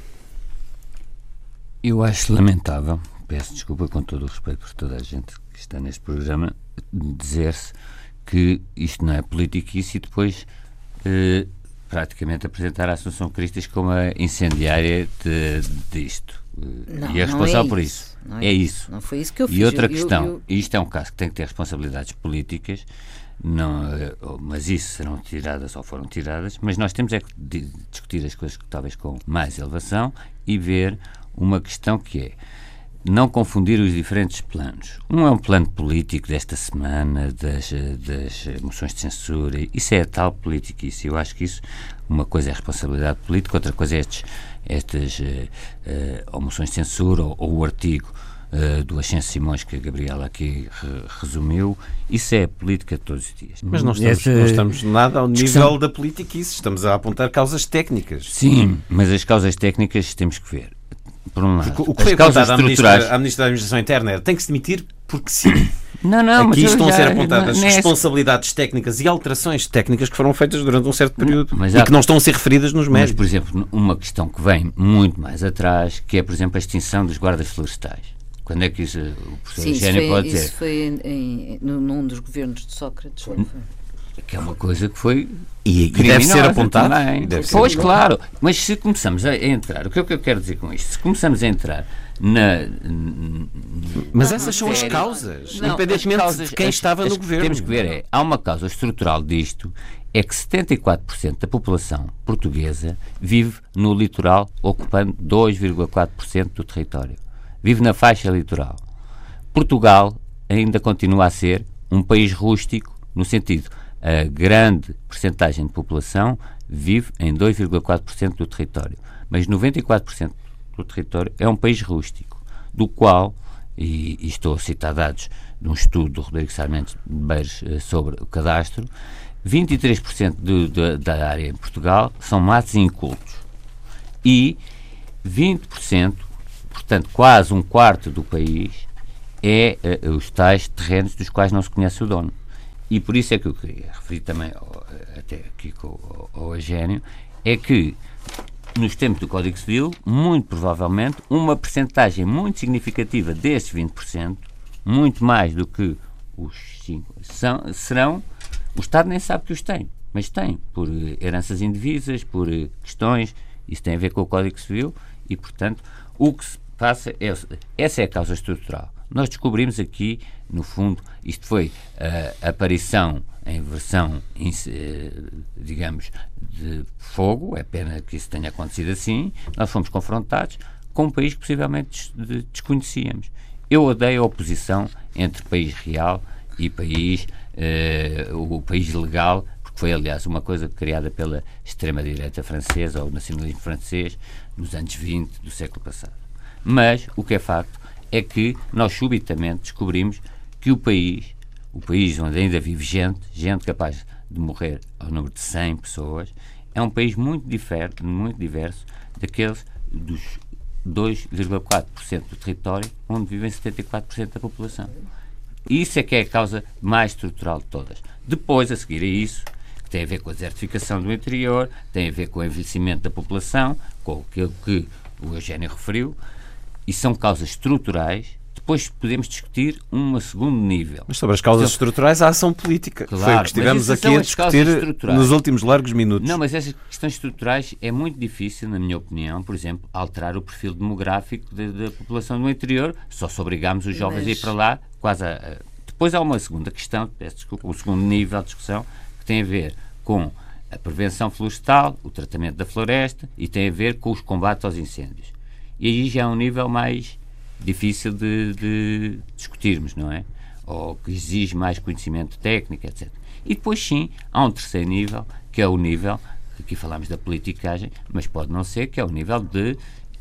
Eu acho lamentável, peço desculpa com todo o respeito por toda a gente que está neste programa, dizer-se que isto não é politiquice e depois eh, praticamente apresentar a Assunção Cristas como a incendiária de, disto. Não, e é não responsável é por isso. isso. Não é é isso. isso. Não foi isso que eu fiz. E outra Eu- questão, eu- e isto é um caso que tem que ter responsabilidades políticas, não, eh, mas isso serão tiradas ou foram tiradas, mas nós temos é que di- discutir as coisas talvez com mais elevação e ver uma questão que é não confundir os diferentes planos. Um é um plano político desta semana, das, das moções de censura, isso é a tal politiquice. Eu acho que isso, uma coisa é a responsabilidade política, outra coisa é estes, estas uh, uh, ou moções de censura ou, ou o artigo uh, do Ascenso Simões que a Gabriela aqui re, resumiu. Isso é a política de todos os dias. Mas não estamos, Essa não estamos nada ao discussão- nível da política, estamos a apontar causas técnicas. Sim, mas as causas técnicas temos que ver. Por um lado, Porque o que as foi causas apontado à estruturais... ministra, à ministra da Administração Interna era tem que se demitir porque sim. Não, não, mas Aqui eu estão a já- ser apontadas não é essa- responsabilidades técnicas e alterações técnicas que foram feitas durante um certo período Mas e há- que não estão a ser referidas nos Mas, médios. por exemplo, uma questão que vem muito mais atrás, que é, por exemplo, a extinção dos guardas florestais. Quando é que isso, o professor Sim, isso Eugénio foi, pode isso dizer? foi em, em, num num dos governos de Sócrates. não foi? Que é uma coisa que foi E, e deve criminosa ser apontado. também. E deve ser Pois, apontado. claro. Mas se começamos a entrar, o que é que eu quero dizer com isto? Se começamos a entrar na... Mas essas são as Sério? causas, Não, independentemente as causas- de quem as- estava as no que governo. Temos que ver é, há uma causa estrutural disto, é que setenta e quatro por cento da população portuguesa vive no litoral, ocupando dois vírgula quatro por cento do território. Vive na faixa litoral. Portugal ainda continua a ser um país rústico, no sentido, a grande percentagem de população vive em dois vírgula quatro por cento do território, mas noventa e quatro por cento do território é um país rústico, do qual, e, e estou a citar dados de um estudo do Rodrigo Sarmento de Beiros eh, sobre o cadastro, vinte e três por cento do, da, da área em Portugal são matos incultos e vinte por cento, portanto quase um quarto do país, é uh, os tais terrenos dos quais não se conhece o dono. E por isso é que eu queria referir também, ao, até aqui com, ao, ao Eugénio, é que nos tempos do Código Civil, muito provavelmente, uma percentagem muito significativa desses vinte por cento, muito mais do que os cinco, são, serão, o Estado nem sabe que os tem, mas tem, por uh, heranças indivisas, por uh, questões, isso tem a ver com o Código Civil e, portanto, o que se passa é, essa é a causa estrutural. Nós descobrimos aqui, no fundo, isto foi a aparição em versão, digamos, de fogo, é pena que isso tenha acontecido assim, nós fomos confrontados com um país que possivelmente desconhecíamos. Eu odeio a oposição entre país real e país, eh, o país legal, porque foi, aliás, uma coisa criada pela extrema-direita francesa ou o nacionalismo francês nos anos vinte do século passado. Mas, o que é facto, é que nós subitamente descobrimos que o país, o país onde ainda vive gente, gente capaz de morrer ao número de cem pessoas, é um país muito, difer, muito diverso daqueles dos dois vírgula quatro por cento do território onde vivem setenta e quatro por cento da população. E isso é que é a causa mais estrutural de todas. Depois, a seguir a isso, que tem a ver com a desertificação do interior, tem a ver com o envelhecimento da população, com aquilo que o Eugénio referiu, e são causas estruturais. Depois podemos discutir um segundo nível. Mas sobre as causas Então, estruturais, a ação política. Claro, Foi o que estivemos mas essas aqui são a as causas discutir estruturais. nos últimos largos minutos. Não, mas essas questões estruturais é muito difícil, na minha opinião, por exemplo, alterar o perfil demográfico da, da população do interior, só se obrigarmos os jovens Mas... a ir para lá, quase a, a... Depois há uma segunda questão, peço desculpa, um segundo nível de discussão, que tem a ver com a prevenção florestal, o tratamento da floresta, e tem a ver com os combates aos incêndios. E aí já é um nível mais difícil de, de discutirmos, não é? Ou que exige mais conhecimento técnico, etcétera. E depois, sim, há um terceiro nível, que é o nível, que aqui falamos da politicagem, mas pode não ser, que é o nível de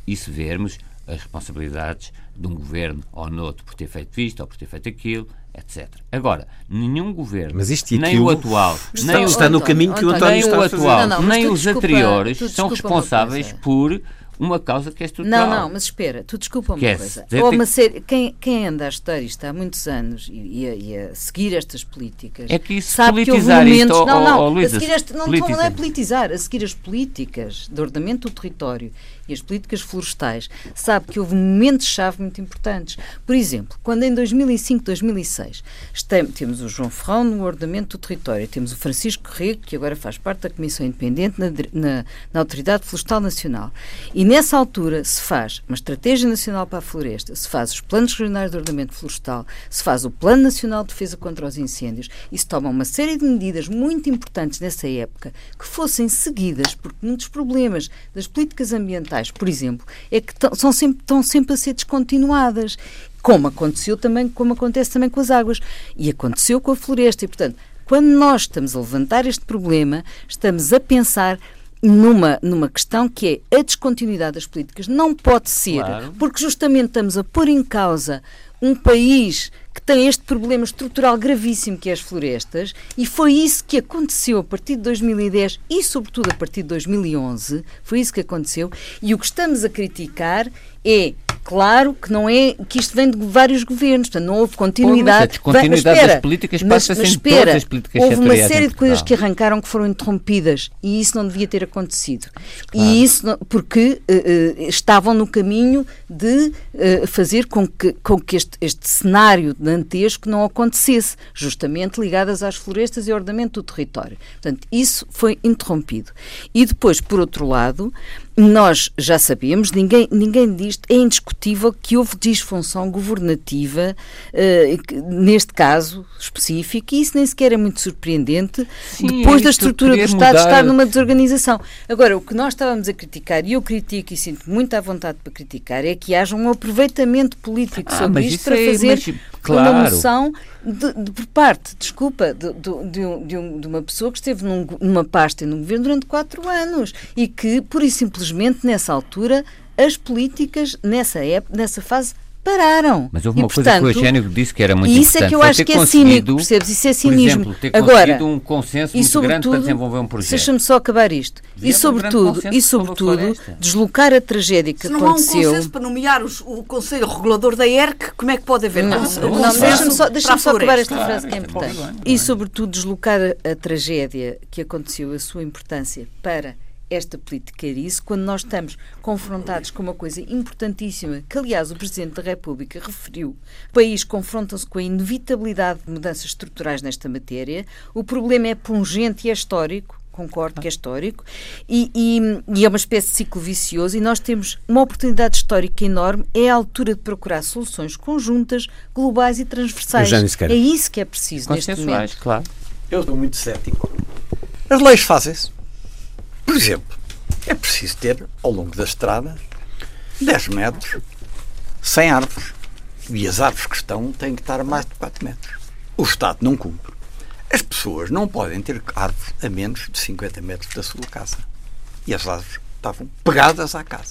e se vermos as responsabilidades de um governo ou noutro por ter feito isto ou por ter feito aquilo, etcétera. Agora, nenhum governo, mas isto e nem aquilo o atual, está, nem o, está no caminho que o António nem está o a fazer. atual, não, não, nem os desculpa, anteriores desculpa são responsáveis por uma causa que é estrutural. Não, não, mas espera, tu desculpa uma que coisa. É, Ou uma série, quem, quem anda a estudar isto há muitos anos e, e, a, e a seguir estas políticas é que isso sabe que houve politizar momentos. isto, Não, não, oh, oh, Luísa, a seguir este, não, politiza. não é politizar, a seguir as políticas de ordenamento do território e as políticas florestais, sabe que houve momentos-chave muito importantes. Por exemplo, quando em dois mil e cinco, dois mil e seis temos o João Ferrão no ordenamento do território, temos o Francisco Rego, que agora faz parte da Comissão Independente na, na, na Autoridade Florestal Nacional. E nessa altura se faz uma Estratégia Nacional para a Floresta, se faz os Planos Regionais de Ordenamento Florestal, se faz o Plano Nacional de Defesa contra os Incêndios e se toma uma série de medidas muito importantes nessa época que fossem seguidas, porque muitos problemas das políticas ambientais, por exemplo, é que são sempre, estão sempre a ser descontinuadas, como aconteceu também, como acontece também com as águas, e aconteceu com a floresta, e portanto, quando nós estamos a levantar este problema, estamos a pensar numa, numa questão que é a descontinuidade das políticas. Não pode ser, claro, porque justamente estamos a pôr em causa um país que tem este problema estrutural gravíssimo que é as florestas, e foi isso que aconteceu a partir de dois mil e dez e sobretudo a partir de dois mil e onze, foi isso que aconteceu, e o que estamos a criticar é, claro, que não é que isto vem de vários governos, portanto não houve continuidade. Pô, a descontinuidade mas espera, das políticas mas, passa mas em espera, todas as políticas houve uma setoriais série em de coisas que Portugal. arrancaram que foram interrompidas e isso não devia ter acontecido. Claro. E isso não, porque uh, uh, estavam no caminho de uh, fazer com que, com que este, este cenário dantesco não acontecesse, justamente ligadas às florestas e ao ordenamento do território. Portanto, isso foi interrompido. E depois, por outro lado, nós já sabemos, ninguém, ninguém diz, é indiscutível que houve disfunção governativa uh, neste caso específico, e isso nem sequer é muito surpreendente. Sim, depois da estrutura do Estado mudar. Estar numa desorganização. Agora, o que nós estávamos a criticar, e eu critico e sinto muita vontade para criticar, é que haja um aproveitamento político ah, sobre isto para é, fazer mas, claro. uma moção de, de, por parte, desculpa, de, de, de, um, de, um, de uma pessoa que esteve num, numa pasta e num governo durante quatro anos e que, pura e simplesmente, nessa altura, as políticas, nessa época, nessa fase, pararam. Mas houve e, uma portanto, coisa que o Eugénio disse que era muito e isso importante. é que eu acho que é cínico, percebes? Isso é cinismo. Por exemplo, ter Agora, conseguido um consenso muito grande para desenvolver um projeto. Deixa-me só acabar isto. Havia E sobretudo, um e sobretudo deslocar a tragédia que Se não aconteceu... há um consenso para nomear os, o Conselho Regulador da E R C, como é que pode haver não, consenso? Não, não, deixa-me só, deixa só acabar esta claro, frase que é importante. Bem, bem. E sobretudo deslocar a, a tragédia que aconteceu, a sua importância para esta política era isso, quando nós estamos confrontados com uma coisa importantíssima, que aliás o Presidente da República referiu, o país confronta-se com a inevitabilidade de mudanças estruturais nesta matéria, o problema é pungente e é histórico, concordo que é histórico, e, e, e é uma espécie de ciclo vicioso, e nós temos uma oportunidade histórica enorme, é a altura de procurar soluções conjuntas, globais e transversais. É isso que é preciso neste momento. Claro. Eu estou muito cético. As leis fazem-se. Por exemplo, é preciso ter, ao longo da estrada, dez metros, sem árvores. E as árvores que estão têm que estar a mais de quatro metros. O Estado não cumpre. As pessoas não podem ter árvores a menos de cinquenta metros da sua casa. E as árvores estavam pegadas à casa.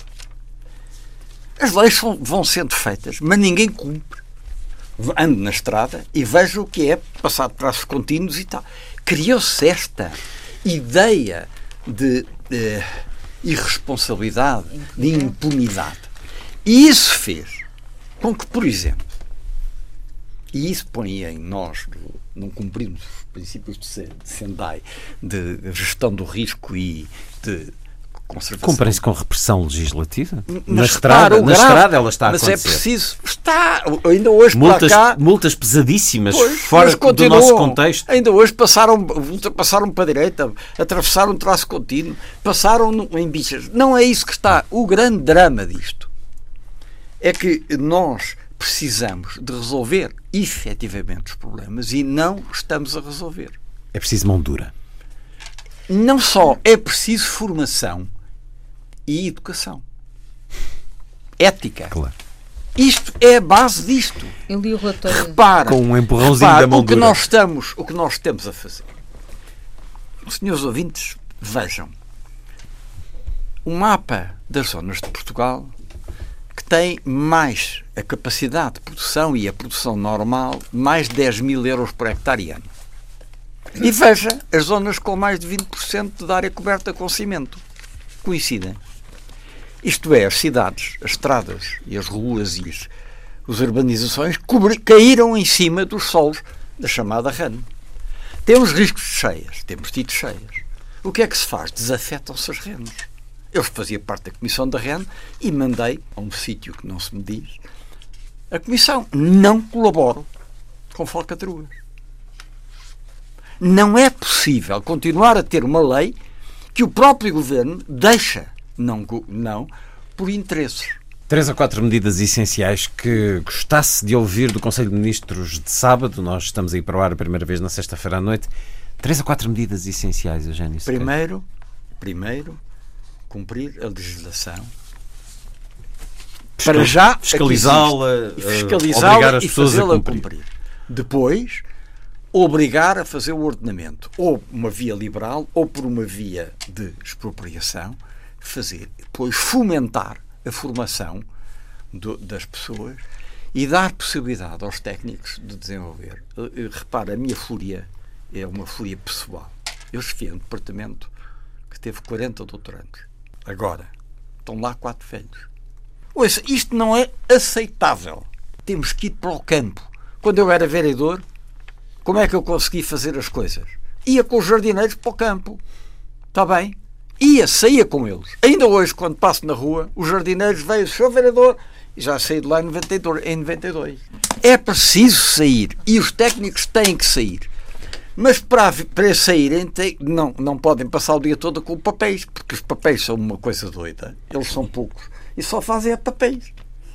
As leis vão sendo feitas, mas ninguém cumpre. Ando na estrada e vejo o que é passar de traços contínuos e tal. Criou-se esta ideia de eh, irresponsabilidade, de impunidade. E isso fez com que, por exemplo, e isso põe em nós, não cumprimos os princípios de Sendai, de gestão do risco e de conservação. Cumprem-se com repressão legislativa? Mas, na estrada, na grave, estrada ela está a mas acontecer. Mas é preciso, está, ainda hoje multas, para cá... Multas pesadíssimas, pois, fora do nosso contexto. Ainda hoje passaram, passaram para a direita, atravessaram um traço contínuo, passaram no, em bichas. Não é isso que está. O grande drama disto é que nós precisamos de resolver efetivamente os problemas e não estamos a resolver. É preciso mão dura. Não só, é preciso formação e educação. Ética. Claro. Isto é a base disto. Eu li o relatório. Repara, com um empurrãozinho repara, da mão o que dura. nós estamos, o que nós estamos a fazer. Senhores ouvintes, vejam. O mapa das zonas de Portugal que tem mais a capacidade de produção e a produção normal, mais de dez mil euros por hectare ano. E veja, as zonas com mais de vinte por cento da área coberta com cimento coincidem. Isto é, as cidades, as estradas e as ruas e as, as urbanizações cobri, caíram em cima dos solos da chamada R A N. Temos riscos de cheias, temos tido cheias. O que é que se faz? Desafetam-se as R E Ns. Eu fazia parte da comissão da R E N e mandei a um sítio que não se me diz. A comissão não colabora com falcatruas. Não é possível continuar a ter uma lei que o próprio governo deixa, não, não por interesses. Três a quatro medidas essenciais que gostasse de ouvir do Conselho de Ministros de sábado. Nós estamos aí para o ar a primeira vez na sexta-feira à noite. Três a quatro medidas essenciais, Eugénio Sequeira. Primeiro, primeiro, cumprir a legislação. Fiscal, para já fiscalizá-la, fiscalizá-la obrigar as e pessoas a fazê-la cumprir. cumprir. Depois, obrigar a fazer o ordenamento, ou uma via liberal, ou por uma via de expropriação, fazer, depois fomentar a formação do, das pessoas e dar possibilidade aos técnicos de desenvolver. Repara, a minha fúria é uma fúria pessoal. Eu chefiei um departamento que teve quarenta doutorandos. Agora, estão lá quatro velhos. Ouça, isto não é aceitável. Temos que ir para o campo. Quando eu era vereador, como é que eu consegui fazer as coisas? Ia com os jardineiros para o campo. Está bem? Ia, saía com eles. Ainda hoje, quando passo na rua, os jardineiros veem, senhor vereador, e já saí de lá em noventa e dois, em noventa e dois. É preciso sair. E os técnicos têm que sair. Mas para, para saírem, tem, não, não podem passar o dia todo com papéis, porque os papéis são uma coisa doida. Eles são poucos. E só fazem é papéis.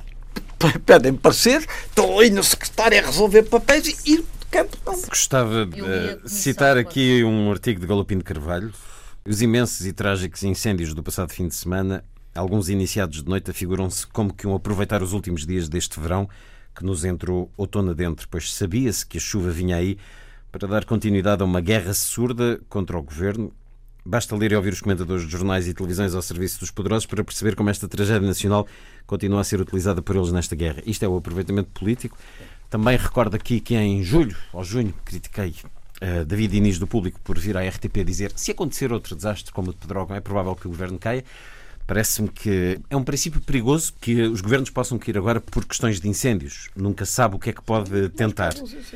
Pedem pareceres, estão aí no secretário a resolver papéis e, e campo não. Gostava de uh, citar aqui um artigo de Galopim de Carvalho. Os imensos e trágicos incêndios do passado fim de semana, alguns iniciados de noite, afiguram-se como que um aproveitar os últimos dias deste verão que nos entrou outono adentro, pois sabia-se que a chuva vinha aí para dar continuidade a uma guerra surda contra o governo. Basta ler e ouvir os comentadores de jornais e televisões ao serviço dos poderosos para perceber como esta tragédia nacional continua a ser utilizada por eles nesta guerra. Isto é o aproveitamento político. Também recordo aqui que em julho, ou junho, critiquei uh, David Inês do Público por vir à R T P dizer se acontecer outro desastre como o de Pedrógão é provável que o governo caia. Parece-me que é um princípio perigoso que os governos possam cair agora por questões de incêndios. Nunca sabe o que é que pode tentar.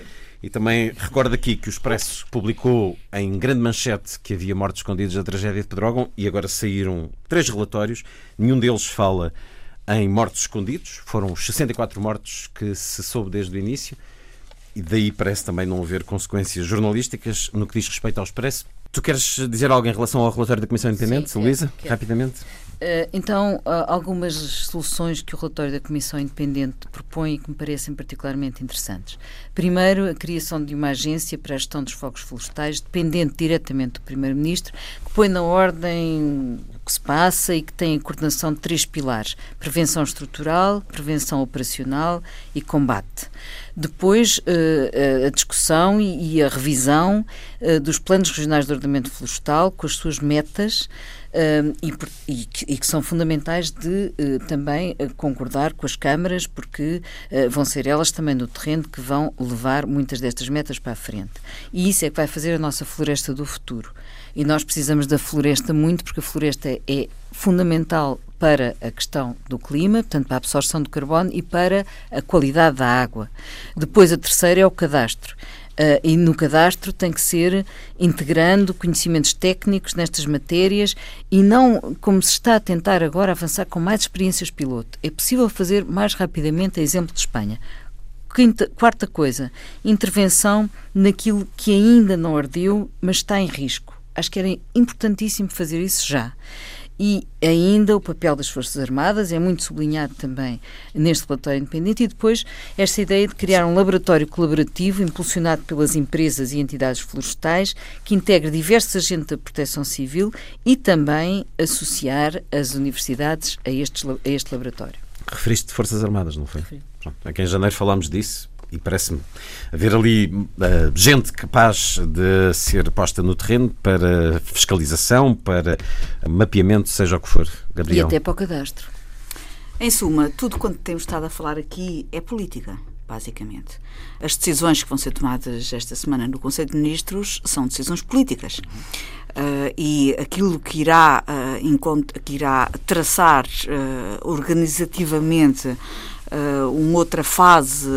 E também recordo aqui que o Expresso publicou em grande manchete que havia mortos escondidos da tragédia de Pedrógão e agora saíram três relatórios. Nenhum deles fala em mortos escondidos. Foram os sessenta e quatro mortos que se soube desde o início e daí parece também não haver consequências jornalísticas no que diz respeito ao Expresso. Tu queres dizer algo em relação ao relatório da Comissão Independente, Sim, Luísa? Quero. Rapidamente. Uh, então, uh, algumas soluções que o relatório da Comissão Independente propõe e que me parecem particularmente interessantes. Primeiro, a criação de uma agência para a gestão dos fogos florestais, dependente diretamente do Primeiro-Ministro, que põe na ordem o que se passa e que tem a coordenação de três pilares: prevenção estrutural, prevenção operacional e combate. Depois, uh, a discussão e, e a revisão uh, dos planos regionais de ordenamento florestal, com as suas metas, Uh, e, e, e que são fundamentais de uh, também uh, concordar com as câmaras, porque uh, vão ser elas também no terreno que vão levar muitas destas metas para a frente. E isso é que vai fazer a nossa floresta do futuro. E nós precisamos da floresta muito, porque a floresta é, é fundamental para a questão do clima, portanto para a absorção do carbono e para a qualidade da água. Depois a terceira é o cadastro. Uh, e no cadastro tem que ser integrando conhecimentos técnicos nestas matérias e não como se está a tentar agora avançar com mais experiências piloto. É possível fazer mais rapidamente, a exemplo de Espanha. Quinta, quarta coisa, intervenção naquilo que ainda não ardeu, mas está em risco. Acho que era importantíssimo fazer isso já. E ainda o papel das Forças Armadas é muito sublinhado também neste relatório independente e depois esta ideia de criar um laboratório colaborativo impulsionado pelas empresas e entidades florestais que integre diversos agentes da proteção civil e também associar as universidades a, estes, a este laboratório. Referiste Forças Armadas, não foi? Pronto, aqui em janeiro falámos disso. E parece-me haver ali uh, gente capaz de ser posta no terreno para fiscalização, para mapeamento, seja o que for. Gabriel. E até para o cadastro. Em suma, tudo quanto temos estado a falar aqui é política, basicamente. As decisões que vão ser tomadas esta semana no Conselho de Ministros são decisões políticas. Uh, e aquilo que irá, uh, que irá traçar uh, organizativamente uh, uma outra fase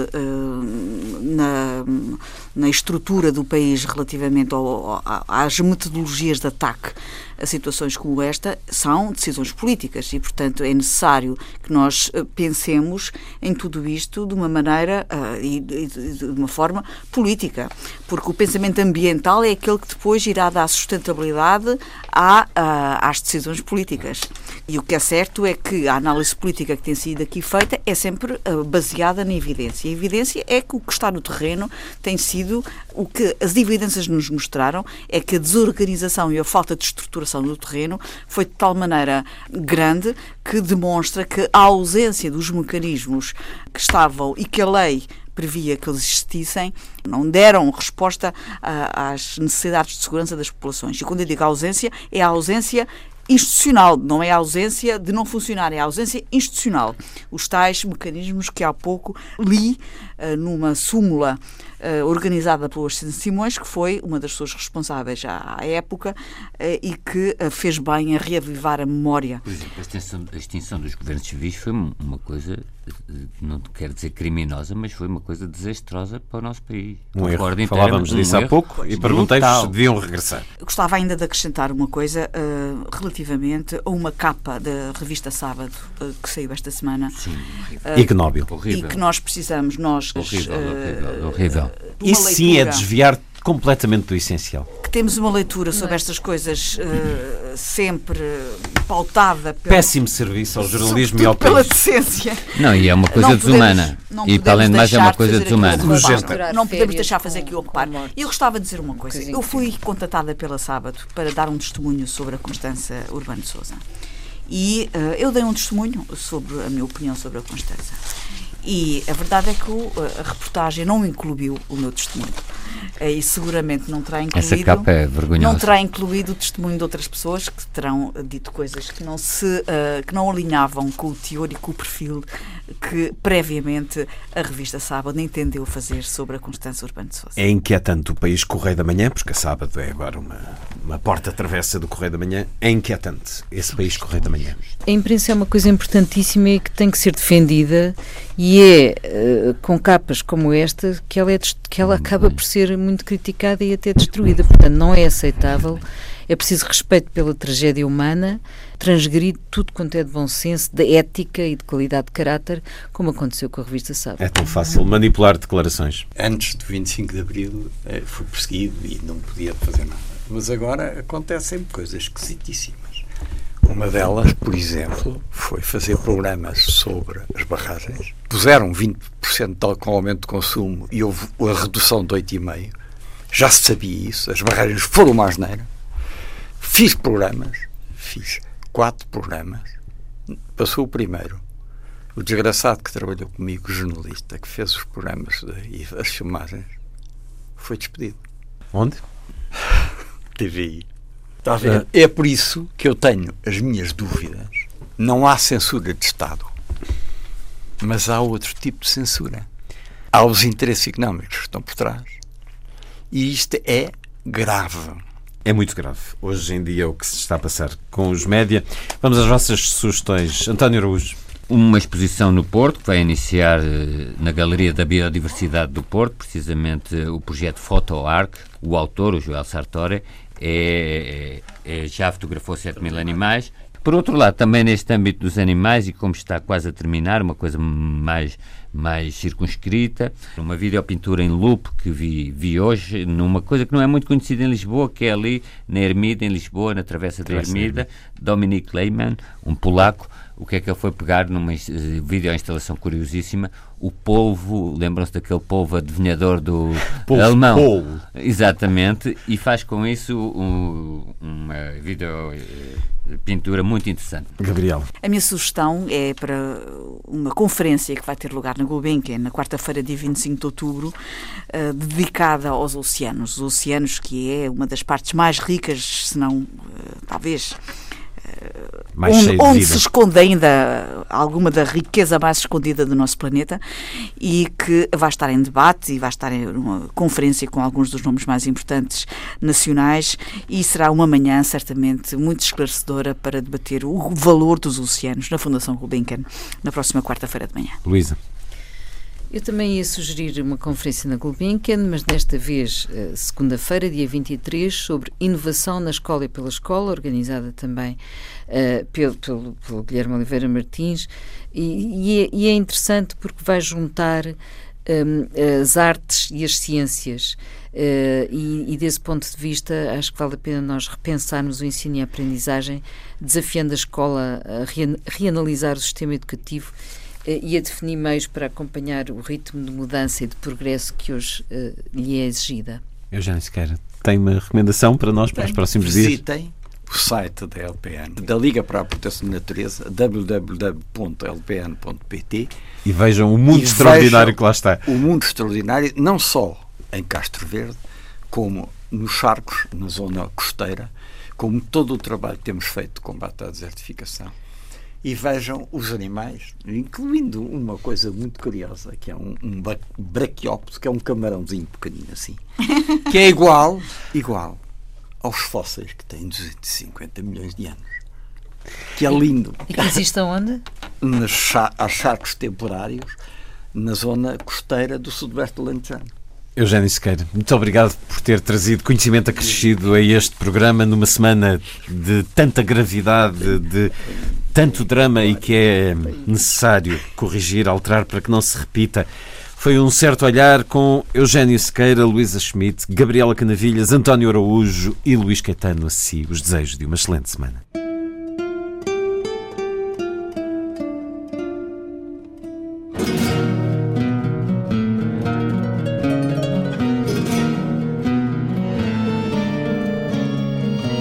uh, na, na estrutura do país relativamente ao, ao, às metodologias de ataque a situações como esta, são decisões políticas e, portanto, é necessário que nós pensemos em tudo isto de uma maneira uh, e de, de uma forma política, porque o pensamento ambiental é aquele que depois irá dar sustentabilidade à, à, às decisões políticas. E o que é certo é que a análise política que tem sido aqui feita é sempre uh, baseada na evidência. E a evidência é que o que está no terreno tem sido, o que as evidências nos mostraram, é que a desorganização e a falta de estruturação no terreno foi de tal maneira grande que demonstra que a ausência dos mecanismos que estavam e que a lei previa que eles existissem, não deram resposta a, às necessidades de segurança das populações. E quando eu digo ausência, é a ausência institucional, não é a ausência de não funcionar, é a ausência institucional. Os tais mecanismos que há pouco li uh, numa súmula uh, organizada pelo Ascenso Simões, que foi uma das pessoas responsáveis à, à época uh, e que uh, fez bem a reavivar a memória. Por exemplo, a extinção, a extinção dos governos civis foi uma coisa, não quero dizer criminosa, mas foi uma coisa desastrosa para o nosso país. Um erro. Falávamos disso um há pouco e perguntei-vos se deviam regressar. Eu gostava ainda de acrescentar uma coisa uh, relativamente a uma capa da revista Sábado uh, que saiu esta semana. Sim, uh, ignóbil. E que nós precisamos, nós... Horrível, uh, horrível, horrível. Isso sim é desviar completamente do essencial. Que temos uma leitura sobre estas coisas uh, sempre pautada pelo... Péssimo serviço ao jornalismo e ao pela país. decência. Não, e é uma coisa não desumana. Podemos, e para além de mais é uma coisa desumana. Não podemos deixar fazer aqui o reparo. E eu gostava de dizer uma coisa. Eu fui contatada pela Sábado para dar um testemunho sobre a Constança Urbano de Sousa. E uh, eu dei um testemunho sobre a minha opinião sobre a Constança. E a verdade é que o, a reportagem não incluiu o meu testemunho. E seguramente não terá incluído... Essa capa é vergonhosa. Não terá incluído o testemunho de outras pessoas que terão dito coisas que não, se, uh, que não alinhavam com o teor e com o perfil que previamente a revista Sábado entendeu fazer sobre a Constança Urbano de Sousa. É inquietante o país Correio da Manhã, porque a Sábado é agora uma, uma porta-travessa do Correio da Manhã. É inquietante esse país Correio da Manhã. A imprensa é uma coisa importantíssima e que tem que ser defendida, e é uh, com capas como esta que ela, é, que ela acaba por ser muito criticada e até destruída. Portanto, não é aceitável. É preciso respeito pela tragédia humana, transgredir tudo quanto é de bom senso, de ética e de qualidade de caráter, como aconteceu com a revista Sábado. É tão fácil manipular declarações. Antes do vinte e cinco de Abril eh, fui perseguido e não podia fazer nada. Mas agora acontecem coisas esquisitíssimas. Uma delas, por exemplo, foi fazer programas sobre as barragens. Puseram vinte por cento com aumento de consumo e houve a redução de oito vírgula cinco por cento. Já se sabia isso. As barragens foram uma asneira. Fiz programas. Fiz quatro programas. Passou o primeiro. O desgraçado que trabalhou comigo, o jornalista, que fez os programas e as filmagens, foi despedido. Onde? T V I. Está a ver? É por isso que eu tenho as minhas dúvidas. Não há censura de Estado, mas há outro tipo de censura. Há os interesses económicos que estão por trás. E isto é grave. É muito grave. Hoje em dia, o que se está a passar com os média. Vamos às vossas sugestões. António Araújo. Uma exposição no Porto, que vai iniciar na Galeria da Biodiversidade do Porto, precisamente o projeto PhotoArc. O autor, o Joel Sartori, é, é, já fotografou sete mil animais. Por outro lado, também neste âmbito dos animais, e como está quase a terminar, uma coisa mais, mais circunscrita, uma videopintura em loop que vi, vi hoje, numa coisa que não é muito conhecida em Lisboa, que é ali na Ermida, em Lisboa, na Travessa da Ermida, Dominic Lehmann, um polaco. O que é que ele foi pegar numa videoinstalação curiosíssima? O polvo, lembram-se daquele polvo adivinhador do polvo, alemão? Polvo. Exatamente, e faz com isso um, uma videopintura muito interessante. Gabriel. A minha sugestão é para uma conferência que vai ter lugar na Gulbenkian, na quarta-feira, dia vinte e cinco de outubro, uh, dedicada aos oceanos. Os oceanos, que é uma das partes mais ricas, se não, uh, talvez... mais onde, cheio de onde vida. se esconde ainda alguma da riqueza mais escondida do nosso planeta e que vai estar em debate e vai estar em uma conferência com alguns dos nomes mais importantes nacionais e será uma manhã certamente muito esclarecedora para debater o valor dos oceanos na Fundação Gulbenkian na próxima quarta-feira de manhã. Luísa. Eu também ia sugerir uma conferência na Gulbenkian, mas desta vez, segunda-feira, dia vinte e três, sobre inovação na escola e pela escola, organizada também uh, pelo, pelo, pelo Guilherme Oliveira Martins, e, e, é, e é interessante porque vai juntar um, as artes e as ciências. Uh, e, e desse ponto de vista acho que vale a pena nós repensarmos o ensino e a aprendizagem, desafiando a escola a re, reanalisar o sistema educativo e a definir meios para acompanhar o ritmo de mudança e de progresso que hoje uh, lhe é exigida. Eugénio Sequeira, tem uma recomendação para nós para os próximos dias? Visitem o site da L P N, da Liga para a Proteção da Natureza, w w w ponto l p n ponto p t, e vejam o mundo e extraordinário que lá está. O mundo extraordinário, não só em Castro Verde, como nos charcos, na zona costeira, como todo o trabalho que temos feito de combate à desertificação. E vejam os animais, incluindo uma coisa muito curiosa, que é um, um braquiópodo, que é um camarãozinho pequenino assim, que é igual, igual aos fósseis que têm duzentos e cinquenta milhões de anos. Que é lindo. E que existe onde? Nos char- aos charcos temporários, na zona costeira do sudoeste alentejano. Eugénio Sequeira, muito obrigado por ter trazido conhecimento acrescido a este programa numa semana de tanta gravidade, de tanto drama e que é necessário corrigir, alterar para que não se repita. Foi um certo olhar com Eugénio Sequeira, Luísa Schmidt, Gabriela Canavilhas, António Araújo e Luís Caetano a si. Os desejos de uma excelente semana.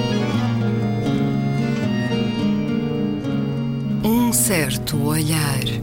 Um certo olhar.